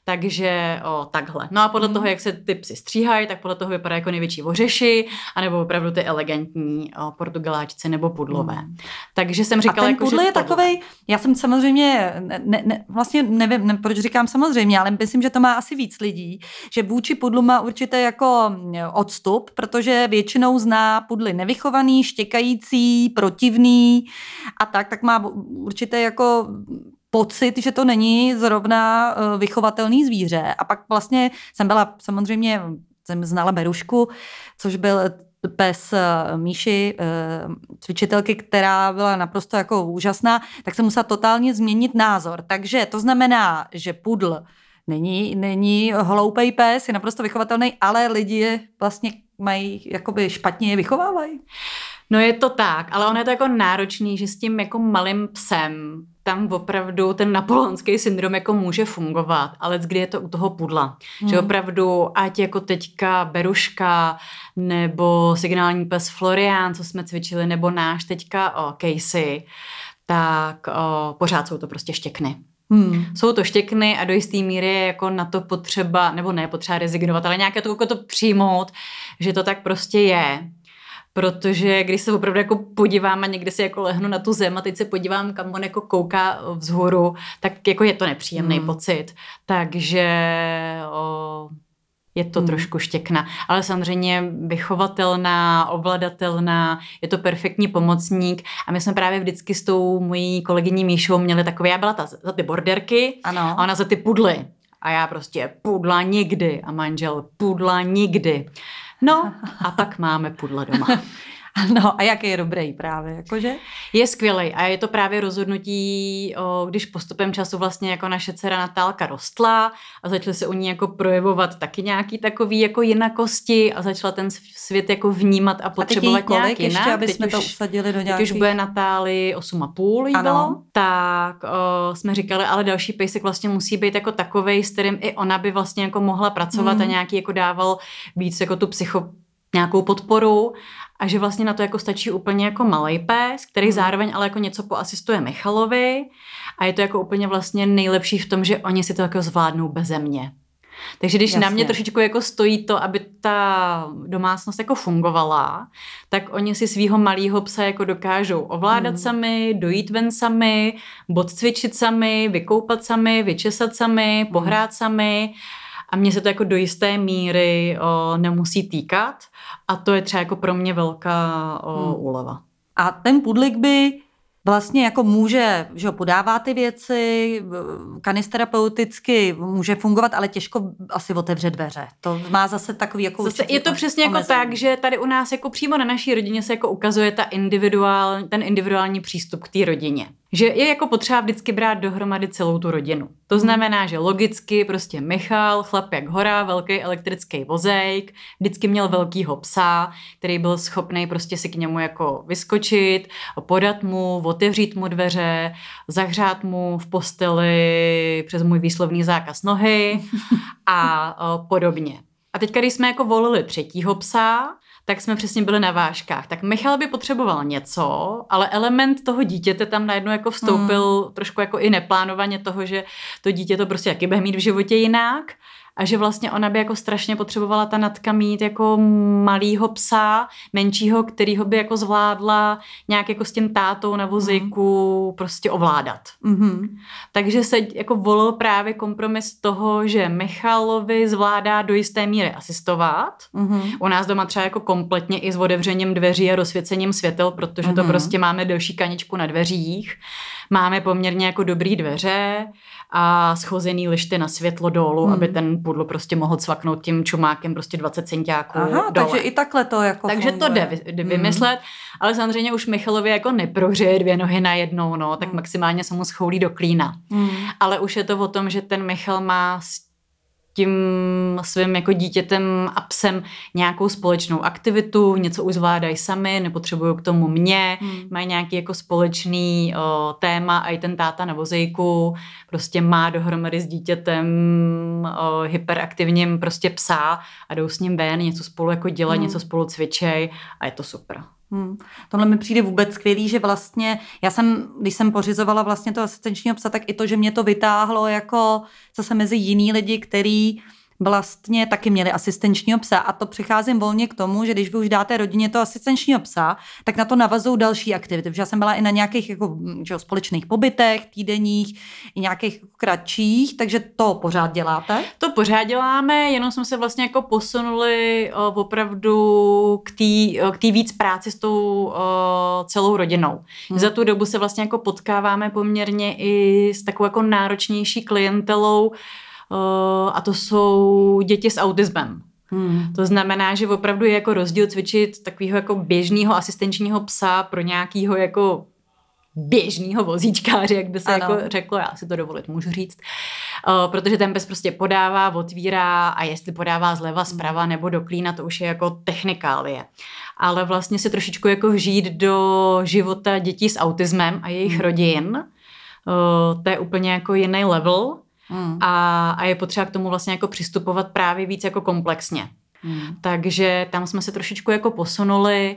S3: Takže o, takhle. No a podle mm. toho, jak se ty psy stříhají, tak podle toho vypadá jako největší ořeši, anebo opravdu ty elegantní o, portugaláčci nebo pudlové. Mm. Takže jsem říkala,
S2: a ten
S3: jako,
S2: pudl
S3: že
S2: je takovej, já jsem samozřejmě, ne, ne, vlastně nevím, ne, proč říkám samozřejmě, ale myslím, že to má asi víc lidí, že vůči pudlu má určitě jako odstup, protože většinou zná pudly nevychovaný, štěkající, protivný a tak, tak má určitě jako pocit, že to není zrovna vychovatelný zvíře. A pak vlastně jsem byla samozřejmě, jsem znala Berušku, což byl pes Míši, cvičitelky, která byla naprosto jako úžasná, tak jsem musela totálně změnit názor. Takže to znamená, že pudl není, není hloupej pes, je naprosto vychovatelný, ale lidi je vlastně mají, jakoby špatně je vychovávají.
S3: No je to tak, ale ono je to jako náročný, že s tím jako malým psem tam opravdu ten napoleonský syndrom jako může fungovat, ale kdy je to u toho pudla. Hmm. Že opravdu, ať jako teďka Beruška, nebo signální pes Florian, co jsme cvičili, nebo náš teďka o, Casey, tak o, pořád jsou to prostě štěkny. Hmm. Jsou to štěkny a do jisté míry je jako na to potřeba, nebo ne potřeba rezignovat, ale nějaké to, jako to přijmout, že to tak prostě je. Protože když se opravdu jako podívám a někde si jako lehnu na tu zem a teď se podívám, kam on jako kouká vzhůru, tak jako je to nepříjemný hmm. pocit. Takže o, je to hmm. trošku štěkna. Ale samozřejmě vychovatelná, ovladatelná, je to perfektní pomocník a my jsme právě vždycky s tou mojí kolegyní Míšou měli takové, já byla ta za ty borderky
S2: ano.
S3: a ona za ty pudly. A já prostě pudla nikdy a manžel pudla nikdy. No a pak máme pudla doma.
S2: No a jaký je dobrý právě, jakože?
S3: Je skvělej a je to právě rozhodnutí, o, když postupem času vlastně jako naše dcera Natálka rostla a začaly se u ní jako projevovat taky nějaký takový jako jinakosti a začala ten svět jako vnímat a potřebovat
S2: a
S3: nějak jinak.
S2: Ještě, aby
S3: teď
S2: jsme
S3: už,
S2: to usadili do nějakých...
S3: Teď už bude Natáli osm a půl jí bylo, tak o, jsme říkali, ale další pejsek vlastně musí být jako takovej, s kterým i ona by vlastně jako mohla pracovat mm. a nějaký jako dával víc jako tu psycho nějakou podporu a že vlastně na to jako stačí úplně jako malej pes, který hmm. zároveň ale jako něco poasistuje Michalovi a je to jako úplně vlastně nejlepší v tom, že oni si to jako zvládnou beze mě. Takže když Jasně. na mě trošičku jako stojí to, aby ta domácnost jako fungovala, tak oni si svýho malýho psa jako dokážou ovládat hmm. sami, dojít ven sami, odcvičit sami, vykoupat sami, vyčesat sami, hmm. pohrát sami. A mně se to jako do jisté míry o, nemusí týkat a to je třeba jako pro mě velká o, hmm. úleva.
S2: A ten pudlik by vlastně jako může, že ho podává ty věci, kanisterapeuticky může fungovat, ale těžko asi otevře dveře. To má zase takový jako
S3: zase je to přesně omezení. Jako tak, že tady u nás jako přímo na naší rodině se jako ukazuje ta individuál, ten individuální přístup k té rodině. Že je jako potřeba vždycky brát dohromady celou tu rodinu. To znamená, že logicky prostě Michal, chlap jak hora, velký elektrický vozejk, vždycky měl velkýho psa, který byl schopný prostě si k němu jako vyskočit, podat mu, otevřít mu dveře, zahřát mu v posteli přes můj výslovný zákaz nohy a o, podobně. A teď, když jsme jako volili třetího psa, tak jsme přesně byli na vážkách. Tak Michal by potřeboval něco, ale element toho dítěte tam najednou jako vstoupil mm. trošku jako i neplánovaně toho, že to dítě to prostě taky bude mít v životě jinak a že vlastně ona by jako strašně potřebovala ta Natka mít jako malýho psa, menšího, kterýho by jako zvládla nějak jako s tím tátou na vozíku mm. prostě ovládat. Mm-hmm. Takže se jako volil právě kompromis toho, že Michalovi zvládá do jisté míry asistovat. Mm-hmm. U nás doma třeba jako kompletně i s otevřením dveří a rozsvěcením světel, protože mm-hmm. to prostě máme delší kaničku na dveřích. Máme poměrně jako dobrý dveře a schozený lišty na světlo dolů, hmm. aby ten pudl prostě mohl cvaknout tím čumákem prostě dvacet centiáků
S2: Aha,
S3: dole.
S2: takže i takhle to jako
S3: Takže
S2: funguje.
S3: to jde, jde vymyslet, hmm. ale samozřejmě už Michalovi jako neprohřeje dvě nohy najednou, no, tak hmm. maximálně se mu schoulí do klína. Hmm. Ale už je to o tom, že ten Michal má s tím svým jako dítětem a psem nějakou společnou aktivitu, něco už zvládají sami, nepotřebují k tomu mě, hmm. mají nějaký jako společný o, téma a i ten táta na vozejku prostě má dohromady s dítětem o, hyperaktivním prostě psa a jdou s ním ven, něco spolu jako dělají, hmm. něco spolu cvičej a je to super.
S2: Hmm. Tohle mi přijde vůbec skvělý, že vlastně, já jsem, když jsem pořizovala vlastně toho asistenčního psa, tak i to, že mě to vytáhlo jako zase mezi jiný lidi, který vlastně taky měli asistenčního psa a to přicházím volně k tomu, že když vy už dáte rodině toho asistenčního psa, tak na to navazují další aktivity, protože já jsem byla i na nějakých jako, že, společných pobytech, týdenních, i nějakých kratších, takže to pořád děláte?
S3: To pořád děláme, jenom jsme se vlastně jako posunuli o, opravdu k té k té víc práci s tou o, celou rodinou. Hmm. Za tu dobu se vlastně jako potkáváme poměrně i s takovou jako náročnější klientelou, a to jsou děti s autismem. Hmm. To znamená, že opravdu je jako rozdíl cvičit takového jako běžného asistenčního psa pro nějakého jako běžného vozíčkáře, jak by se jako řeklo, já si to dovolit můžu říct. Uh, protože ten pes prostě podává, otvírá a jestli podává zleva, zprava nebo do klína, to už je jako technikálie. Ale vlastně se trošičku jako vžít do života dětí s autismem a jejich hmm. rodin, uh, to je úplně jako jiný level. Hmm. A, a je potřeba k tomu vlastně jako přistupovat právě víc jako komplexně. Hmm. Takže tam jsme se trošičku jako posunuli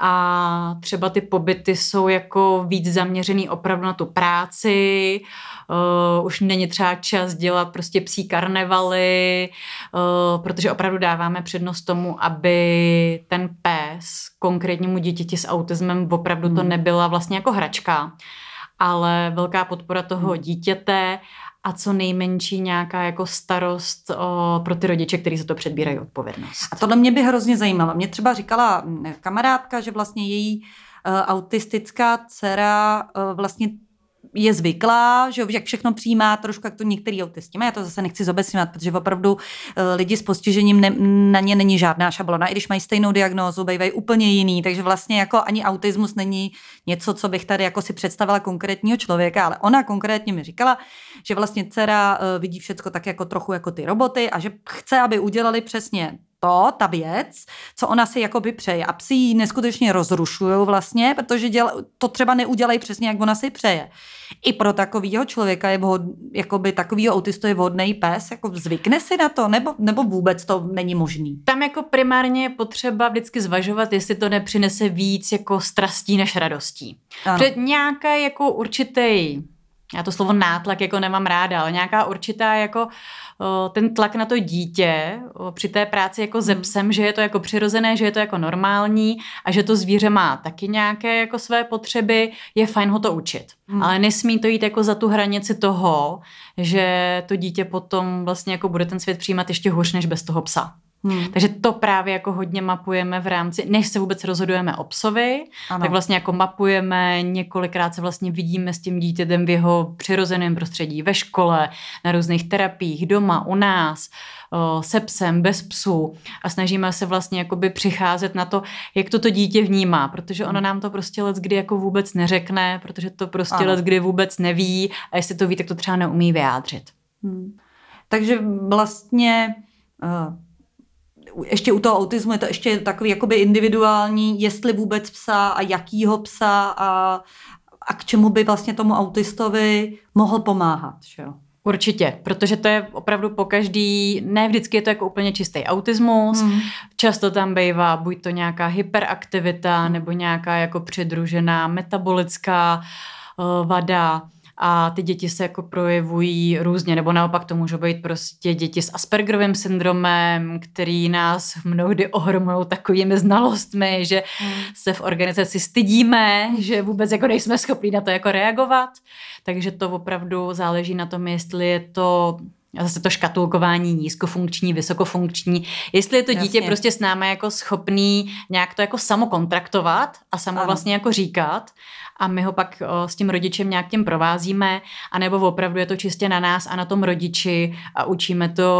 S3: a třeba ty pobyty jsou jako víc zaměřený opravdu na tu práci, uh, už není třeba čas dělat prostě psí karnevaly, uh, protože opravdu dáváme přednost tomu, aby ten pes konkrétnímu dítěti s autismem opravdu hmm. to nebyla vlastně jako hračka, ale velká podpora toho hmm. dítěte a co nejmenší nějaká jako starost o, pro ty rodiče, kteří za to předbírají odpovědnost.
S2: A tohle mě by hrozně zajímalo. Mě třeba říkala kamarádka, že vlastně její uh, autistická dcera uh, vlastně je zvyklá, že jak všechno přijímá trošku, jak to některý autisti. Já to zase nechci zobecňovat, protože opravdu uh, lidi s postižením ne, na ně není žádná šablona. I když mají stejnou diagnózu, bývají úplně jiný, takže vlastně jako ani autismus není něco, co bych tady jako si představila konkrétního člověka, ale ona konkrétně mi říkala, že vlastně dcera uh, vidí všecko tak jako trochu jako ty roboty a že chce, aby udělali přesně to, ta věc, co ona si jakoby přeje. A psi ji neskutečně rozrušují vlastně, protože děla, to třeba neudělají přesně, jak ona si přeje. I pro takovýho člověka je vhod, jakoby takovýho autistu je vhodný pes, jako zvykne si na to, nebo, nebo vůbec to není možný?
S3: Tam jako primárně je potřeba vždycky zvažovat, jestli to nepřinese víc jako strastí než radostí. Před nějaká jako určitý, já to slovo nátlak jako nemám ráda, ale nějaká určitá jako ten tlak na to dítě při té práci jako se psem, že je to jako přirozené, že je to jako normální a že to zvíře má taky nějaké jako své potřeby, je fajn ho to učit. Hmm. Ale nesmí to jít jako za tu hranici toho, že to dítě potom vlastně jako bude ten svět přijímat ještě hůř než bez toho psa. Hmm. Takže to právě jako hodně mapujeme v rámci, než se vůbec rozhodujeme o psovi, ano. tak vlastně jako mapujeme, několikrát se vlastně vidíme s tím dítětem v jeho přirozeném prostředí, ve škole, na různých terapiích, doma, u nás, o, se psem, bez psů a snažíme se vlastně jakoby přicházet na to, jak to to dítě vnímá, protože ono nám to prostě leckdy jako vůbec neřekne, protože to prostě leckdy vůbec neví a jestli to ví, tak to třeba neumí vyjádřit.
S2: Hmm. Takže vlastně uh... ještě u toho autismu je to ještě takový jakoby individuální, jestli vůbec psa a jakýho psa a, a k čemu by vlastně tomu autistovi mohl pomáhat. Že jo?
S3: Určitě, protože to je opravdu po každý, ne vždycky je to jako úplně čistý autismus, hmm. často tam bývá buď to nějaká hyperaktivita nebo nějaká jako přidružená metabolická uh, vada. A ty děti se jako projevují různě, nebo naopak to můžou být prostě děti s Aspergerovým syndromem, který nás mnohdy ohromují takovými znalostmi, že hmm. se v organizaci stydíme, že vůbec jako nejsme schopni na to jako reagovat. Takže to opravdu záleží na tom, jestli je to A zase to škatulkování nízkofunkční, vysokofunkční. Jestli je to dítě
S2: Jasně.
S3: prostě s námi jako schopný nějak to jako samo kontraktovat a samo
S2: Ano.
S3: vlastně jako říkat a my ho pak o, s tím rodičem nějak tím provázíme, anebo opravdu je to čistě na nás a na tom rodiči a učíme to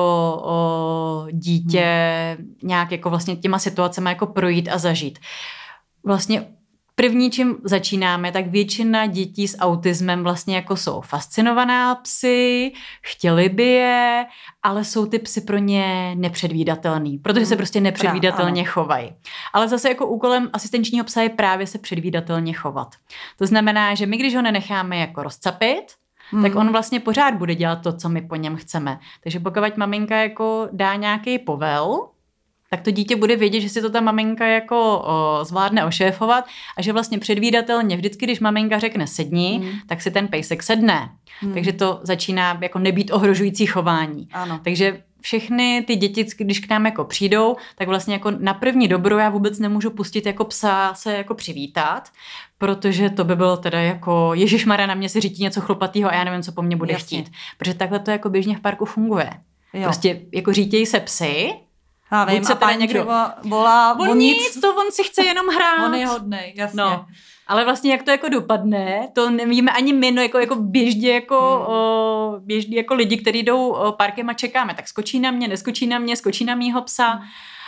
S3: o, dítě hmm. nějak jako vlastně těma situacemi jako projít a zažít. Vlastně první, čím začínáme, tak většina dětí s autismem vlastně jako jsou fascinovaná psy, chtěli by je, ale jsou ty psy pro ně nepředvídatelný, protože se prostě nepředvídatelně chovají. Ale zase jako úkolem asistenčního psa je právě se předvídatelně chovat. To znamená, že my, když ho nenecháme jako rozcapit, Hmm. tak on vlastně pořád bude dělat to, co my po něm chceme. Takže pokud maminka jako dá nějaký povel, tak to dítě bude vědět, že si to ta maminka jako o, zvládne ošéfovat a že vlastně předvídatelně vždycky, když maminka řekne sedni, hmm. tak si ten pejsek sedne. Hmm. Takže to začíná jako nebýt ohrožující chování.
S2: Ano.
S3: Takže všechny ty děti, když k nám jako přijdou, tak vlastně jako na první dobro já vůbec nemůžu pustit jako psa se jako přivítat, protože to by bylo teda jako ježišmarja, na mě si řídí něco chlupatýho a já nevím, co po mně bude
S2: Jasně.
S3: chtít. Protože takhle to jako běžně v parku funguje.
S2: Jo.
S3: Prostě jako řítějí se psy,
S2: já vím,
S3: se
S2: a pán
S3: někdo
S2: třeba volá
S3: on
S2: o
S3: nic,
S2: nic.
S3: to on si chce jenom hrát.
S2: On je hodnej, jasně.
S3: No. Ale vlastně jak to jako dopadne, to nevíme ani my, no jako, jako běžně jako, hmm. o, běžně jako lidi, kteří jdou o, parkem a čekáme, tak skočí na mě, neskočí na mě, skočí na mýho psa. Hmm.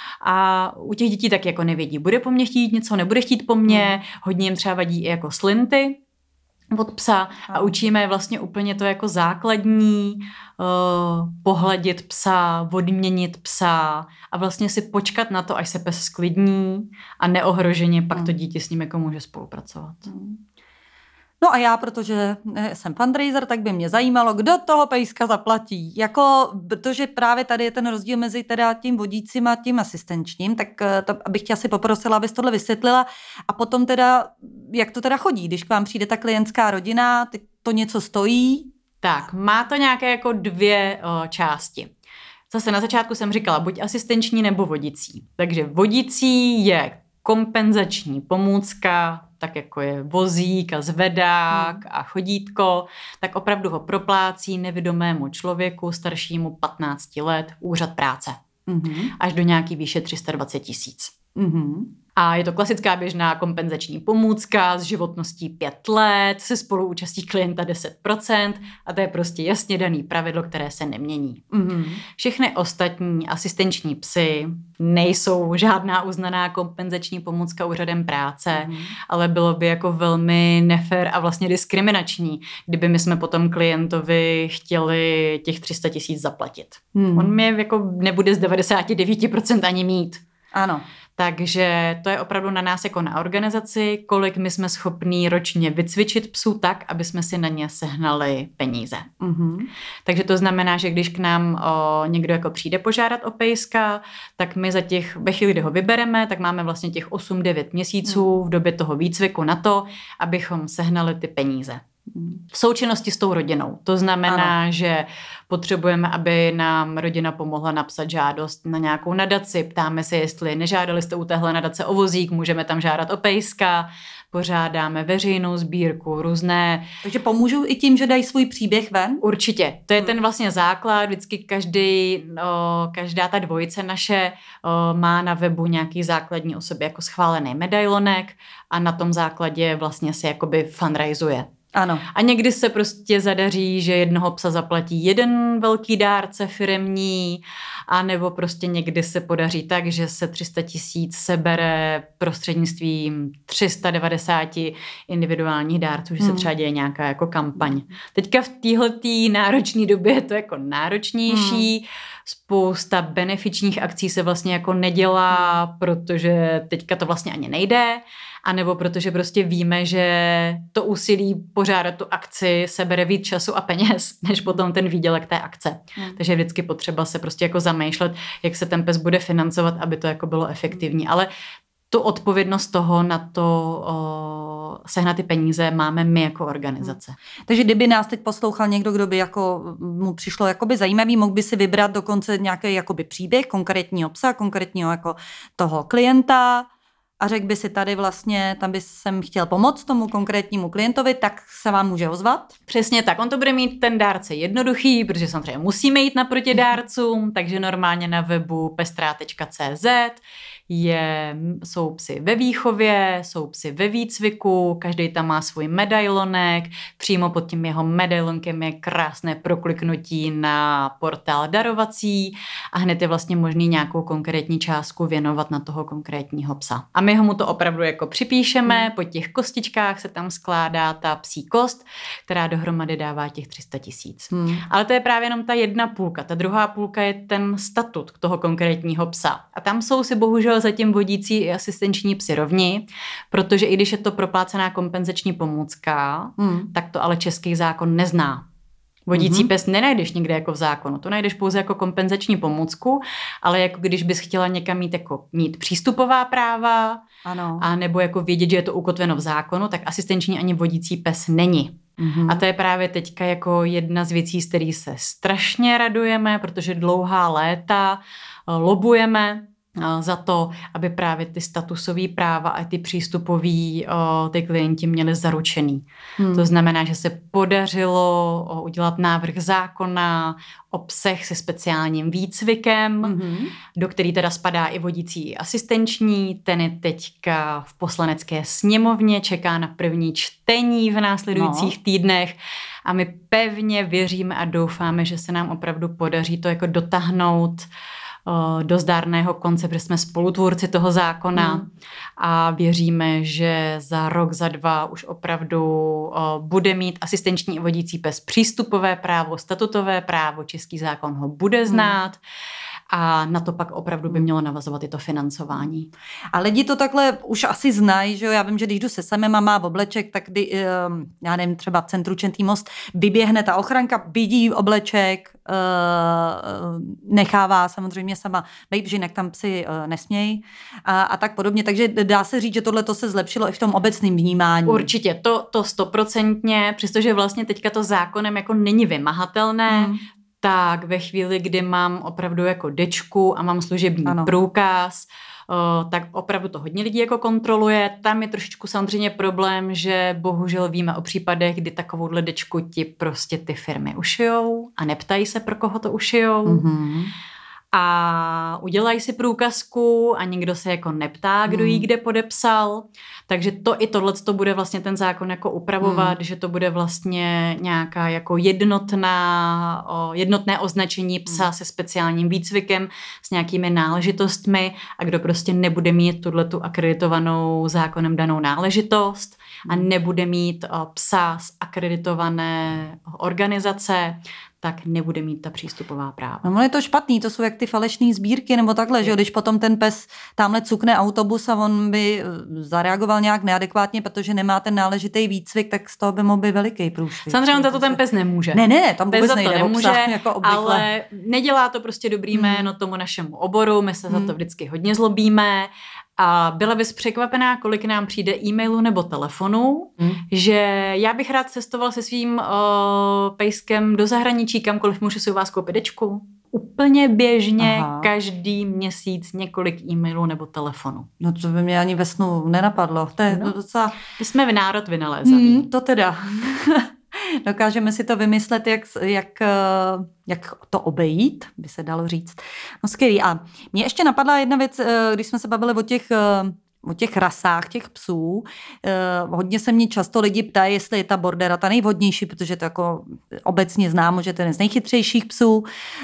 S3: A u těch dětí tak jako nevědí, bude po mně chtít něco, nebude chtít po mně, hmm. hodně jim třeba vadí i jako slinty od psa a učíme vlastně úplně to jako základní uh, pohladit psa, odměnit psa a vlastně si počkat na to, až se pes sklidní a neohroženě pak to dítě s ním jako může spolupracovat.
S2: No a já, protože jsem fundraiser, tak by mě zajímalo, kdo toho pejska zaplatí. Jako, protože právě tady je ten rozdíl mezi teda tím vodícím a tím asistenčním, tak to bych tě asi poprosila, abys tohle vysvětlila. A potom teda, jak to teda chodí, když k vám přijde ta klientská rodina, teď to něco stojí?
S3: Tak, má to nějaké jako dvě o, části. Zase na začátku jsem říkala, buď asistenční nebo vodící. Takže vodící je kompenzační pomůcka, tak jako je vozík a zvedák hmm. a chodítko, tak opravdu ho proplácí nevidomému člověku staršímu patnáct let úřad práce. Hmm. Až do nějaký výše tři sta dvacet tisíc. Hmm. A je to klasická běžná kompenzační pomůcka s životností pět let, se spoluúčastí klienta deset procent a to je prostě jasně daný pravidlo, které se nemění. Mm-hmm. Všechny ostatní asistenční psy nejsou žádná uznaná kompenzační pomůcka úřadem práce, mm-hmm. ale bylo by jako velmi nefér a vlastně diskriminační, kdyby my jsme potom klientovi chtěli těch tři sta tisíc zaplatit. Mm-hmm. On mě jako nebude z devadesát devět procent ani mít.
S2: Ano.
S3: Takže to je opravdu na nás jako na organizaci, kolik my jsme schopní ročně vycvičit psů tak, aby jsme si na ně sehnali peníze. Mm-hmm. Takže to znamená, že když k nám o, někdo jako přijde požádat o pejska, tak my za těch, ve chvíli, kdy ho vybereme, tak máme vlastně těch osm devět měsíců v době toho výcviku na to, abychom sehnali ty peníze. V součinnosti s tou rodinou. To znamená, ano. že potřebujeme, aby nám rodina pomohla napsat žádost na nějakou nadaci. Ptáme se, jestli nežádali jste u téhle nadace o vozík, můžeme tam žádat o pejska, pořádáme veřejnou sbírku, různé...
S2: Takže pomůžu i tím, že dají svůj příběh ven?
S3: Určitě. To je hmm. ten vlastně základ. Vždycky každý, o, každá ta dvojice naše o, má na webu nějaký základní o sobě jako schválený medailonek a na tom základě vlastně se jakoby fundraizuje.
S2: Ano.
S3: A někdy se prostě zadaří, že jednoho psa zaplatí jeden velký dárce firemní, anebo prostě někdy se podaří tak, že se tři sta tisíc sebere prostřednictvím tři sta devadesát individuálních dárců, že se třeba děje nějaká jako kampaň. Teďka v téhletý náročné době je to jako náročnější, hmm. spousta benefičních akcí se vlastně jako nedělá, protože teďka to vlastně ani nejde, anebo protože prostě víme, že to úsilí pořádat tu akci sebere víc času a peněz, než potom ten výdělek té akce. Hmm. Takže je vždycky potřeba se prostě jako zamýšlet, jak se ten pes bude financovat, aby to jako bylo efektivní. Ale tu odpovědnost toho na to o, sehnat ty peníze máme my jako organizace.
S2: Hmm. Takže kdyby nás teď poslouchal někdo, kdo by jako, mu přišlo jakoby zajímavý, mohl by si vybrat dokonce nějaký jakoby příběh konkrétního psa, konkrétního jako toho klienta, a řekl by si tady vlastně, tam by jsem chtěl pomoct tomu konkrétnímu klientovi, tak se vám může ozvat?
S3: Přesně tak, on to bude mít ten dárce jednoduchý, protože samozřejmě musíme jít naproti dárcům, takže normálně na webu pestrá tečka cé zet je, jsou psy ve výchově, jsou psy ve výcviku, každý tam má svůj medailonek, přímo pod tím jeho medailonkem je krásné prokliknutí na portál darovací a hned je vlastně možný nějakou konkrétní částku věnovat na toho konkrétního psa. A my ho mu to opravdu jako připíšeme, hmm. po těch kostičkách se tam skládá ta psí kost, která dohromady dává těch tři sta tisíc. Hmm. Ale to je právě jenom ta jedna půlka. Ta druhá půlka je ten statut toho konkrétního psa. A tam jsou si bohužel zatím vodící i asistenční psy rovni, protože i když je to proplácená kompenzační pomůcka, hmm. tak to ale český zákon nezná. Vodící mm-hmm. pes nenajdeš nikde jako v zákonu, to najdeš pouze jako kompenzační pomůcku, ale jako když bys chtěla někam mít, jako mít přístupová práva,
S2: ano.
S3: a nebo jako vědět, že je to ukotveno v zákonu, tak asistenční ani vodící pes není. Mm-hmm. A to je právě teďka jako jedna z věcí, z kterých se strašně radujeme, protože dlouhá léta lobujeme za to, aby právě ty statusové práva a ty přístupový o, ty klienti měli zaručený. Hmm. To znamená, že se podařilo o, udělat návrh zákona o psech se speciálním výcvikem, hmm. do který teda spadá i vodící asistenční. Ten je teďka v poslanecké sněmovně, čeká na první čtení v následujících no. týdnech a my pevně věříme a doufáme, že se nám opravdu podaří to jako dotáhnout do zdárného konce, protože jsme spolutvůrci toho zákona mm. a věříme, že za rok, za dva už opravdu bude mít asistenční i vodící pes přístupové právo, statutové právo, český zákon ho bude znát. Mm. A na to pak opravdu by mělo navazovat i to financování.
S2: A lidi to takhle už asi znají, že jo? Já vím, že když jdu se semem a má v obleček, tak kdy, já nevím, třeba v centru Čentý most, vyběhne ta ochranka, vidí obleček, nechává samozřejmě sama bejt, že jinak tam psi nesmějí a, a tak podobně. Takže dá se říct, že tohle to se zlepšilo i v tom obecném vnímání.
S3: Určitě, to, to stoprocentně, přestože vlastně teďka to zákonem jako není vymahatelné, hmm. tak ve chvíli, kdy mám opravdu jako dečku a mám služební ano. průkaz, o, tak opravdu to hodně lidí jako kontroluje. Tam je trošičku samozřejmě problém, že bohužel víme o případech, kdy takovouhle dečku ti prostě ty firmy ušijou a neptají se, pro koho to ušijou. Mm-hmm. A udělají si průkazku a nikdo se jako neptá, kdo jí kde podepsal. Takže to i tohleto bude vlastně ten zákon jako upravovat, hmm. že to bude vlastně nějaká jako jednotná, o, jednotné označení psa hmm. se speciálním výcvikem, s nějakými náležitostmi a kdo prostě nebude mít tuhletu akreditovanou zákonem danou náležitost a nebude mít o, psa z akreditované organizace, tak nebude mít ta přístupová práva.
S2: No, je to špatný, to jsou jak ty falešné sbírky nebo takhle, že když potom ten pes tamhle cukne autobus a on by zareagoval nějak neadekvátně, protože nemá ten náležitý výcvik, tak z toho by mohl být veliký průšvih.
S3: Samozřejmě za to ten pes nemůže.
S2: Ne, ne, tam vůbec
S3: pes
S2: nejde
S3: to nemůže,
S2: obsah, jako obvykle.
S3: Ale nedělá to prostě dobrý hmm. jméno tomu našemu oboru, my se hmm. za to vždycky hodně zlobíme. A byla bys překvapená, kolik nám přijde e-mailu nebo telefonu, hmm. že já bych rád cestoval se svým uh, pejskem do zahraničí, kamkoliv můžu si u vás koupit dečku. Úplně běžně Aha. každý měsíc několik e-mailů nebo telefonu.
S2: No to by mě ani ve snu nenapadlo. To je
S3: no.
S2: docela...
S3: My jsme v národ vynalézaví.
S2: Hmm, to teda. Dokážeme si to vymyslet, jak, jak, jak to obejít, by se dalo říct. No skvělý. A mě ještě napadla jedna věc, když jsme se bavili o těch, o těch rasách těch psů. Hodně se mě často lidi ptají, jestli je ta bordera ta nejvhodnější, protože to jako obecně známo, že to je jeden z nejchytřejších psů.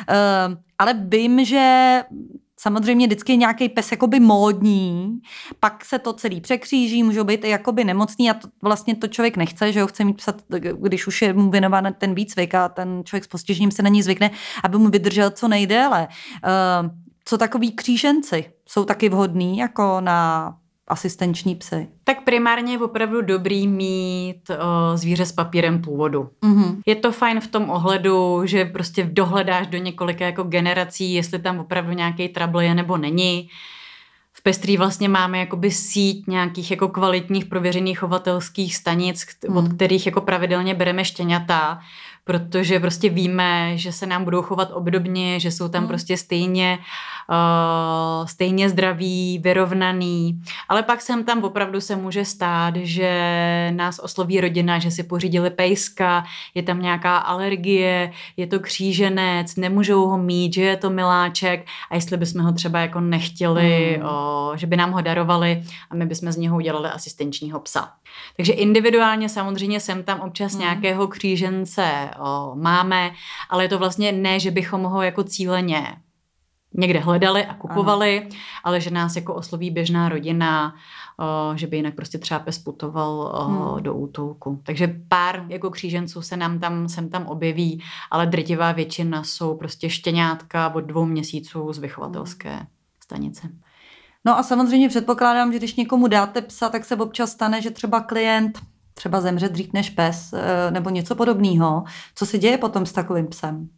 S2: Ale vím, že samozřejmě vždycky je nějaký pes jakoby módní, pak se to celý překříží, můžou být i jakoby nemocný a to, vlastně to člověk nechce, že ho chce mít psa, když už je mu věnován ten výcvik a ten člověk s postižením se na ní zvykne, aby mu vydržel co nejdéle. Uh, co takový kříženci jsou taky vhodný jako na asistenční psy?
S3: Tak primárně je opravdu dobrý mít o, zvíře s papírem původu. Mm-hmm. Je to fajn v tom ohledu, že prostě dohledáš do několika jako generací, jestli tam opravdu nějaký trouble je nebo není. V Pestrý vlastně máme jakoby síť nějakých jako kvalitních prověřených chovatelských stanic, mm. od kterých jako pravidelně bereme štěňata, protože prostě víme, že se nám budou chovat obdobně, že jsou tam mm. prostě stejně o, stejně zdravý, vyrovnaný, ale pak sem tam opravdu se může stát, že nás osloví rodina, že si pořídili pejska, je tam nějaká alergie, je to kříženec, nemůžou ho mít, že je to miláček a jestli bychom ho třeba jako nechtěli, hmm. o, že by nám ho darovali a my bychom z něho udělali asistenčního psa. Takže individuálně samozřejmě sem tam občas hmm. nějakého křížence o, máme, ale je to vlastně ne, že bychom ho jako cíleně někde hledali a kupovali, ano. ale že nás jako osloví běžná rodina, o, že by jinak prostě třeba pes putoval o, hmm. do útulku. Takže pár jako kříženců se nám tam, sem tam objeví, ale drtivá většina jsou prostě štěňátka od dvou měsíců z vychovatelské hmm. stanice.
S2: No a samozřejmě předpokládám, že když někomu dáte psa, tak se občas stane, že třeba klient třeba zemře dřív než pes nebo něco podobného. Co se děje potom s takovým psem?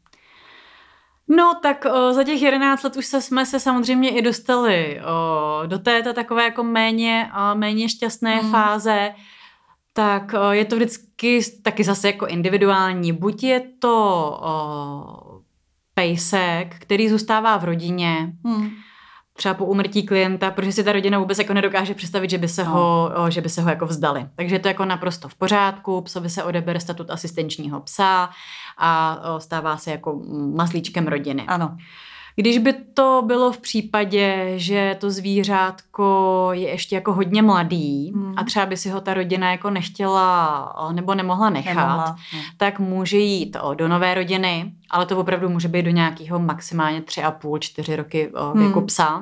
S3: No tak o, za těch jedenáct let už se, jsme se samozřejmě i dostali o, do této takové jako méně, o, méně šťastné hmm. fáze, tak o, je to vždycky taky zase jako individuální. Buď je to o, pejsek, který zůstává v rodině, hmm. třeba po úmrtí klienta, protože si ta rodina vůbec jako nedokáže představit, že by se, no. ho, o, že by se ho jako vzdali. Takže je to jako naprosto v pořádku, psovi se odebere statut asistenčního psa a o, stává se jako mazlíčkem rodiny.
S2: Ano.
S3: Když by to bylo v případě, že to zvířátko je ještě jako hodně mladý hmm. a třeba by si ho ta rodina jako nechtěla nebo nemohla nechat, nemohla. tak může jít o, do nové rodiny, ale to opravdu může být do nějakého maximálně tři a půl, čtyři roky o, věku hmm. psa,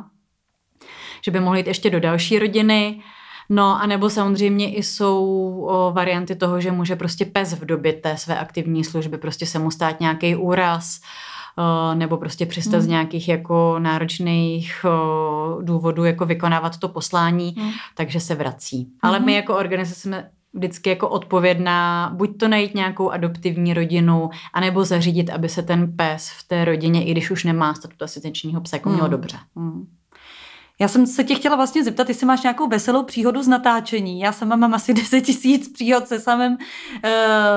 S3: že by mohli jít ještě do další rodiny. No a nebo samozřejmě i jsou o, varianty toho, že může prostě pes v době té své aktivní služby prostě se mu stát nějaký úraz, nebo prostě přestat hmm. z nějakých jako náročných o, důvodů jako vykonávat to poslání, hmm. takže se vrací. Hmm. Ale my jako organizace jsme vždycky jako odpovědná, buď to najít nějakou adoptivní rodinu, anebo zařídit, aby se ten pes v té rodině, i když už nemá statut asistenčního psa, jako hmm. měl dobře.
S2: Hmm. Já jsem se tě chtěla vlastně zeptat, jestli máš nějakou veselou příhodu z natáčení. Já sama mám asi deset tisíc příhod se samým e,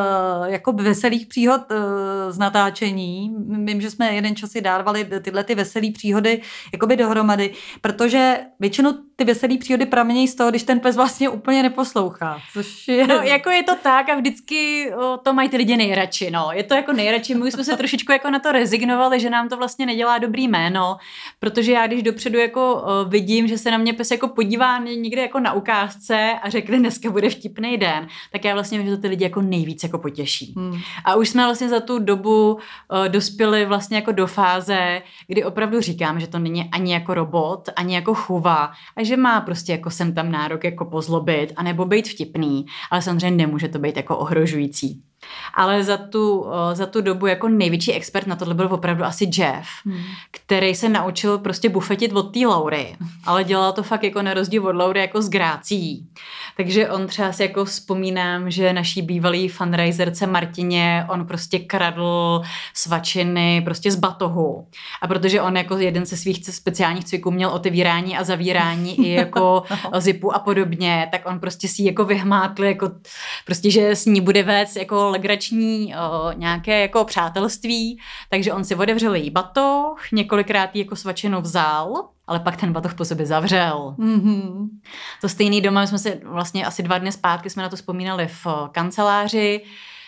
S2: jako veselých příhod e, z natáčení. Vím, že jsme jeden čas si dávali tyhle ty veselý příhody jakoby dohromady, protože většinou ty veselý příhody pramenějí z toho, když ten pes vlastně úplně neposlouchá. Což je...
S3: No, jako je to tak a vždycky o, to mají ty lidi nejradši. No. Je to jako nejradši. My jsme se trošičku jako na to rezignovali, že nám to vlastně nedělá dobrý jméno, protože já když dopředu jako o, vidím, že se na mě pes jako podívá někde jako na ukázce a řekne, dneska bude vtipný den, tak já vlastně vím, že to ty lidi jako nejvíc jako potěší. Hmm. A už jsme vlastně za tu dobu uh, dospěli vlastně jako do fáze, kdy opravdu říkám, že to není ani jako robot, ani jako chůva a že má prostě jako sem tam nárok jako pozlobit anebo být vtipný, ale samozřejmě nemůže to být jako ohrožující. Ale za tu, za tu dobu jako největší expert na tohle byl opravdu asi Jeff, hmm. který se naučil prostě bufetit od té Laury, ale dělal to fakt jako na rozdíl od Laury jako s grácií. Takže on třeba si jako vzpomínám, že naší bývalý fundraiserce Martině on prostě kradl svačiny prostě z batohu. A protože on jako jeden ze svých speciálních cviků měl otevírání a zavírání i jako zipu a podobně, tak on prostě si jako vyhmátl, jako prostě, že s ní bude vést jako legrační o, nějaké jako přátelství, takže on si otevřel její batoh, několikrát jí jako svačinu vzal, ale pak ten batoh po sobě zavřel. Mm-hmm. To stejný doma, my jsme se vlastně asi dva dny zpátky jsme na to vzpomínali v o, kanceláři,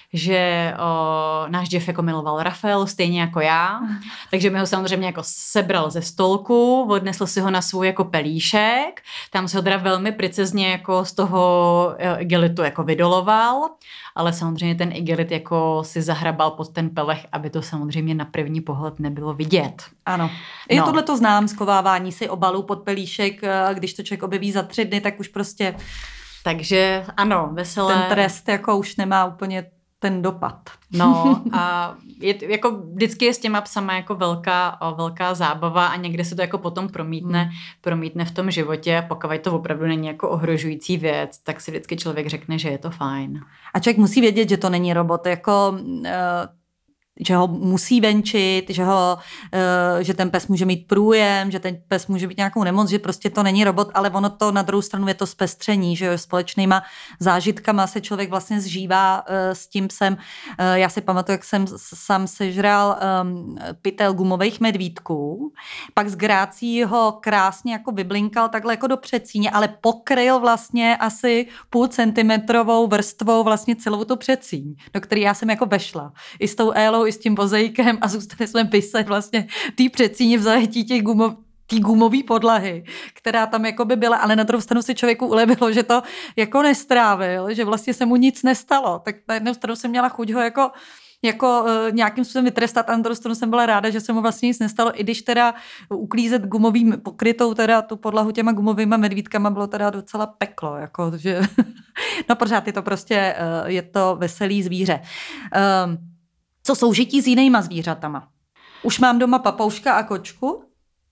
S3: že o, náš Jeff jako miloval Rafael, stejně jako já, takže mi ho samozřejmě jako sebral ze stolku, odnesl si ho na svůj jako pelíšek, tam se ho teda velmi precizně jako z toho igelitu jako vydoloval, ale samozřejmě ten igelit jako si zahrabal pod ten pelech, aby to samozřejmě na první pohled nebylo vidět.
S2: Ano. I no. Tohle to znám, skovávání si obalů pod pelíšek, a když to člověk objeví za tři dny, tak už prostě...
S3: Takže ano, veselé.
S2: Ten trest jako už nemá úplně ten dopad.
S3: No a je, jako vždycky je s těma psama jako velká, velká zábava a někde se to jako potom promítne, hmm. promítne v tom životě. Pokud to opravdu není jako ohrožující věc, tak si vždycky člověk řekne, že je to fajn.
S2: A člověk musí vědět, že to není robot. Jako... Uh... že ho musí venčit, že, ho, že ten pes může mít průjem, že ten pes může mít nějakou nemoc, že prostě to není robot, ale ono to na druhou stranu je to zpestření, že jo, společnýma zážitkama se člověk vlastně zžívá s tím psem. Já si pamatuju, jak jsem sám sežral pytel gumových medvídků, pak z grácí ho krásně jako vyblinkal takhle jako do předsíně, ale pokryl vlastně asi půl centimetrovou vrstvou vlastně celou tu předsíň, do které já jsem jako vešla. I s tou Élou, i s tím vozejkem a zůstali jsme vyset vlastně v té předsíni v zajetí těch gumov, té gumové podlahy, která tam jako by byla, ale na druhou stranu si člověku ulevilo, že to jako nestrávil, že vlastně se mu nic nestalo. Tak na jednu stranu jsem měla chuť ho jako jako uh, nějakým způsobem vytrestat a na druhou stranu jsem byla ráda, že se mu vlastně nic nestalo, i když teda uklízet gumovým pokrytou teda tu podlahu těma gumovýma medvídkama bylo teda docela peklo, jako, že no pořád je to prostě, uh, je to veselý zvíře. Uh, co soužití s jinýma zvířatama? Už mám doma papouška a kočku?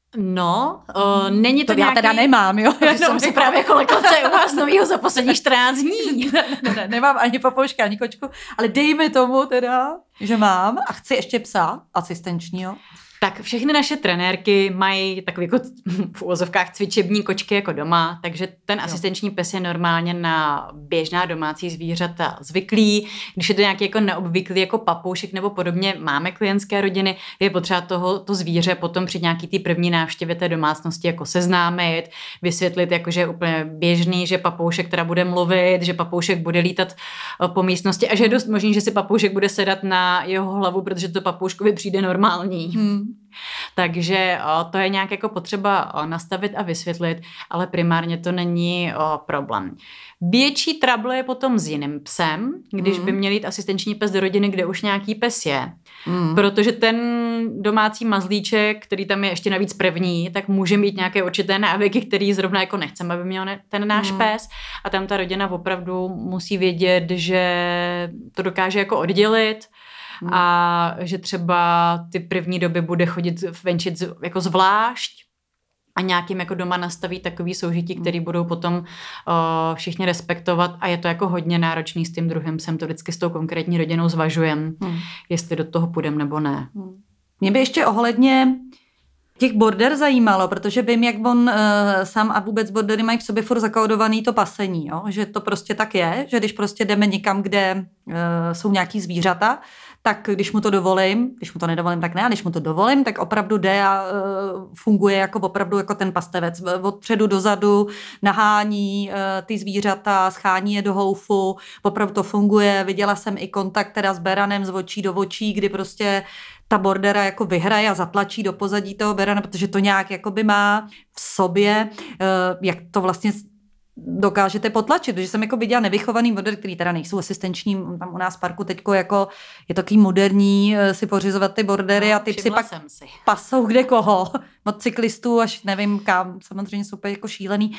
S3: No, uh, není to,
S2: to
S3: nějaký...
S2: já teda nemám, jo.
S3: To jsem si právě kolekla, co je u vás novýho za posledních čtrnáct dní.
S2: ne, ne, ne, nemám ani papouška, ani kočku, ale dejme tomu teda, že mám a chci ještě psa asistenčního.
S3: Tak všechny naše trenérky mají takový jako v uvozovkách cvičební kočky jako doma, takže ten asistenční pes je normálně na běžná domácí zvířata zvyklý. Když je to nějaký jako neobvyklý jako papoušek nebo podobně, máme klientské rodiny, je potřeba toho, to zvíře potom při nějaký té první návštěvě té domácnosti jako seznámit, vysvětlit, jako, že je úplně běžný, že papoušek teda bude mluvit, že papoušek bude lítat po místnosti a že je dost možný, že si papoušek bude sedat na jeho hlavu, protože to papouškovi přijde normální. Hmm. Takže o, to je nějak jako potřeba o, nastavit a vysvětlit, ale primárně to není o, problém. Větší trouble je potom s jiným psem, když mm. by měl jít asistenční pes do rodiny, kde už nějaký pes je. Mm. Protože ten domácí mazlíček, který tam je ještě navíc první, tak může mít nějaké určité návyky, který zrovna jako nechceme, aby měl ten náš mm. pes. A tam ta rodina opravdu musí vědět, že to dokáže jako oddělit, Hmm. a že třeba ty první doby bude chodit venčit jako zvlášť a nějakým jako doma nastaví takový soužití, který budou potom uh, všichni respektovat a je to jako hodně náročný s tím druhým psem, to vždycky s tou konkrétní rodinou zvažujem, hmm. jestli do toho půjdem nebo ne.
S2: Hmm. Mě by ještě ohledně těch border zajímalo, protože vím, jak on uh, sám a vůbec bordery mají v sobě furt zakódovaný to pasení, jo? Že to prostě tak je, že když prostě jdeme někam, kde uh, jsou nějaký zvířata, tak když mu to dovolím, když mu to nedovolím, tak ne, a když mu to dovolím, tak opravdu jde a uh, funguje jako opravdu jako ten pastevec. Odpředu dozadu nahání uh, ty zvířata, schání je do houfu, opravdu to funguje. Viděla jsem i kontakt teda s beranem z očí do očí, kdy prostě ta bordera jako vyhraje a zatlačí do pozadí toho berana, protože to nějak jakoby má v sobě, uh, jak to vlastně dokážete potlačit, protože jsem jako viděla nevychovaný border, který teda nejsou asistenční, tam u nás v parku teďko jako je takový moderní si pořizovat ty bordery no, a ty psi pak
S3: si.
S2: pasou kde koho, od cyklistů až nevím kam, samozřejmě jsou úplně jako šílený.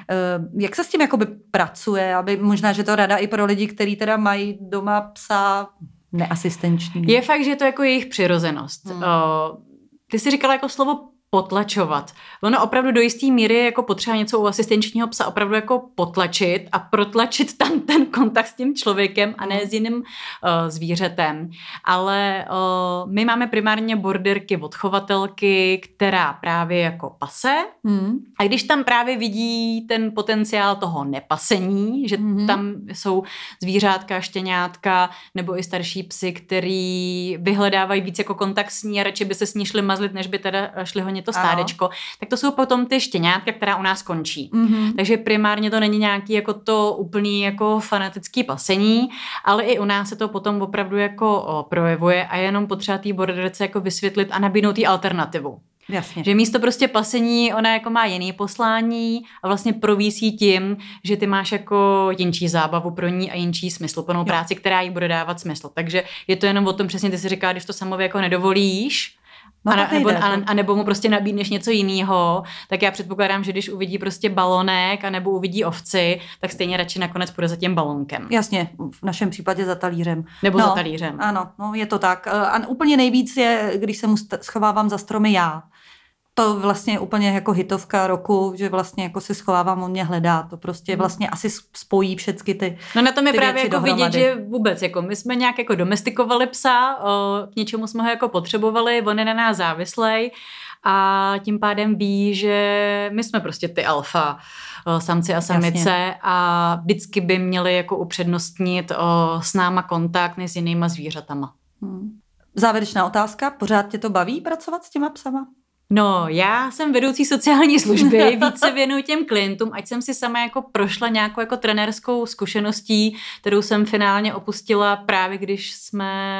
S2: Jak se s tím jakoby pracuje, aby možná, že to rada i pro lidi, kteří teda mají doma psa neasistenční.
S3: Je fakt, že je to jako jejich přirozenost. Hmm. Uh, ty jsi říkala jako slovo potlačovat. Ono opravdu do jistý míry je jako potřeba něco u asistenčního psa opravdu jako potlačit a protlačit tam ten kontakt s tím člověkem a ne s jiným uh, zvířetem. Ale uh, my máme primárně borderky od chovatelky, která právě jako pase. Hmm. A když tam právě vidí ten potenciál toho nepasení, že hmm. tam jsou zvířátka, štěňátka nebo i starší psy, který vyhledávají víc jako kontakt s ní a radši by se s ní šli mazlit, než by teda šli honit to stádečko, ano. tak to jsou potom ty štěňátka, která u nás končí. Mm-hmm. Takže primárně to není nějaký jako to úplný jako fanatický pasení, ale i u nás se to potom opravdu jako o, projevuje a je jenom potřeba té borderce jako vysvětlit a nabídnout jí alternativu.
S2: Jasně.
S3: Že místo prostě pasení ona jako má jiný poslání a vlastně provísí tím, že ty máš jako jinčí zábavu pro ní a jinčí smysluplnou jo. práci, která jí bude dávat smysl. Takže je to jenom o tom, přesně ty si říká, když to samově jako nedovolíš, No, a, nebo, a, a nebo mu prostě nabídneš něco jiného, tak já předpokládám, že když uvidí prostě balonek a nebo uvidí ovci, tak stejně radši nakonec půjde za tím balonkem.
S2: Jasně, v našem případě za talířem.
S3: Nebo
S2: no,
S3: za talířem.
S2: Ano, no, je to tak. A úplně nejvíc je, když se mu schovávám za stromy já. To vlastně je úplně jako hitovka roku, že vlastně jako se schovávám, on mě hledá. To prostě vlastně asi spojí všechny ty
S3: No na tom je
S2: ty
S3: právě
S2: věci
S3: jako vidět,
S2: dohromady.
S3: že vůbec jako my jsme nějak jako domestikovali psa, o, k něčemu jsme ho jako potřebovali, on je na nás závislej a tím pádem ví, že my jsme prostě ty alfa o, samci a samice. Jasně. A vždycky by měli jako upřednostnit o, s náma kontakt než s jinýma zvířatama.
S2: Hmm. Závěrečná otázka, pořád tě to baví pracovat s těma psama?
S3: No, já jsem vedoucí sociální služby, víc se věnuju těm klientům, ať jsem si sama jako prošla nějakou jako trenérskou zkušeností, kterou jsem finálně opustila právě když jsme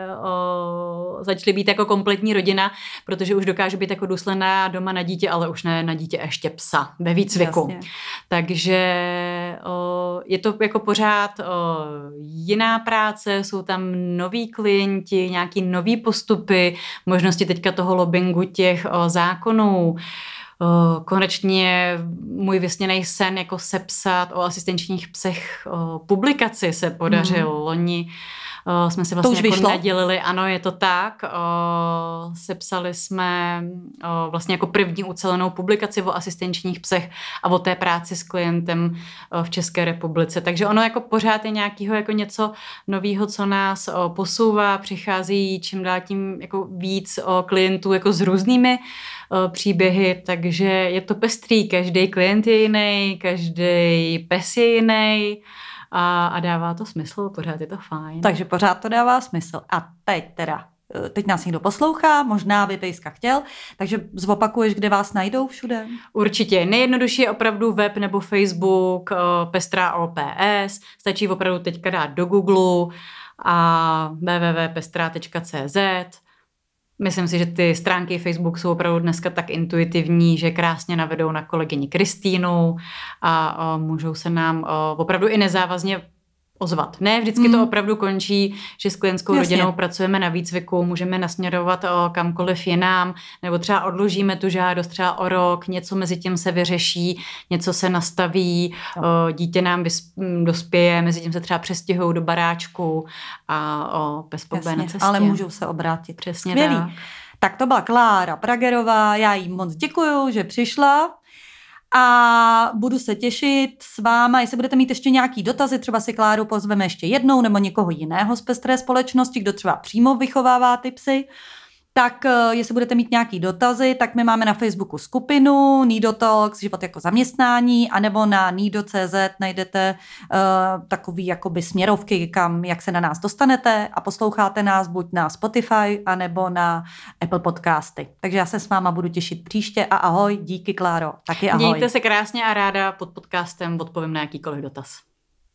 S3: o, začali být jako kompletní rodina, protože už dokážu být jako důsledná doma na dítě, ale už ne na dítě, ještě psa ve výcviku. Jasně. Takže o, je to jako pořád o, jiná práce, jsou tam noví klienti, nějaký nový postupy, možnosti teďka toho lobbingu těch o, zákonů. O, konečně můj vysněný sen jako sepsat o asistenčních psech o, publikaci se podařil. Mm. Loni o, jsme si vlastně jako nadělili, ano, je to tak. O, sepsali jsme o, vlastně jako první ucelenou publikaci o asistenčních psech a o té práci s klientem o, v České republice. Takže ono jako pořád je nějakého jako něco nového, co nás o, posouvá, přichází čím dál tím jako víc o, klientů jako s různými o, příběhy, takže je to pestrý, každý klient je jiný, každý pes je jiný. A, a dává to smysl, pořád je to fajn.
S2: Takže pořád to dává smysl. A teď teda, teď nás někdo poslouchá, možná by Pejska chtěl, takže zopakuješ, kde vás najdou všude?
S3: Určitě. Nejjednodušší je opravdu web nebo Facebook, Pestrá O P S, stačí opravdu teďka dát do Google a w w w tečka pestrá tečka c z. Myslím si, že ty stránky Facebook jsou opravdu dneska tak intuitivní, že krásně navedou na kolegyni Kristýnu a o, můžou se nám o, opravdu i nezávazně ozvat. Ne, vždycky mm. to opravdu končí, že s klientskou Jasně. rodinou pracujeme na výcviku, můžeme nasměrovat o, kamkoliv jinam, nebo třeba odložíme tu žádost třeba o rok, něco mezi tím se vyřeší, něco se nastaví, o, dítě nám vys, dospěje, mezi tím se třeba přestěhují do baráčku a o, pes poběje na cestě.
S2: Ale můžou se obrátit.
S3: Přesně
S2: Skvělý.
S3: tak.
S2: Tak to byla Klára Pragerová, já jí moc děkuju, že přišla. A budu se těšit s váma, jestli budete mít ještě nějaký dotazy, třeba si Kláru pozveme ještě jednou nebo někoho jiného z Pestré společnosti, kdo třeba přímo vychovává ty psy. Tak jestli budete mít nějaký dotazy, tak my máme na Facebooku skupinu Nido Talks, život jako zaměstnání, anebo na nido tečka cz najdete uh, takový jakoby směrovky, kam, jak se na nás dostanete a posloucháte nás buď na Spotify, anebo na Apple Podcasty. Takže já se s váma budu těšit příště a ahoj, díky Kláro, taky ahoj.
S3: Mějte se krásně a ráda pod podcastem odpovím na jakýkoliv dotaz.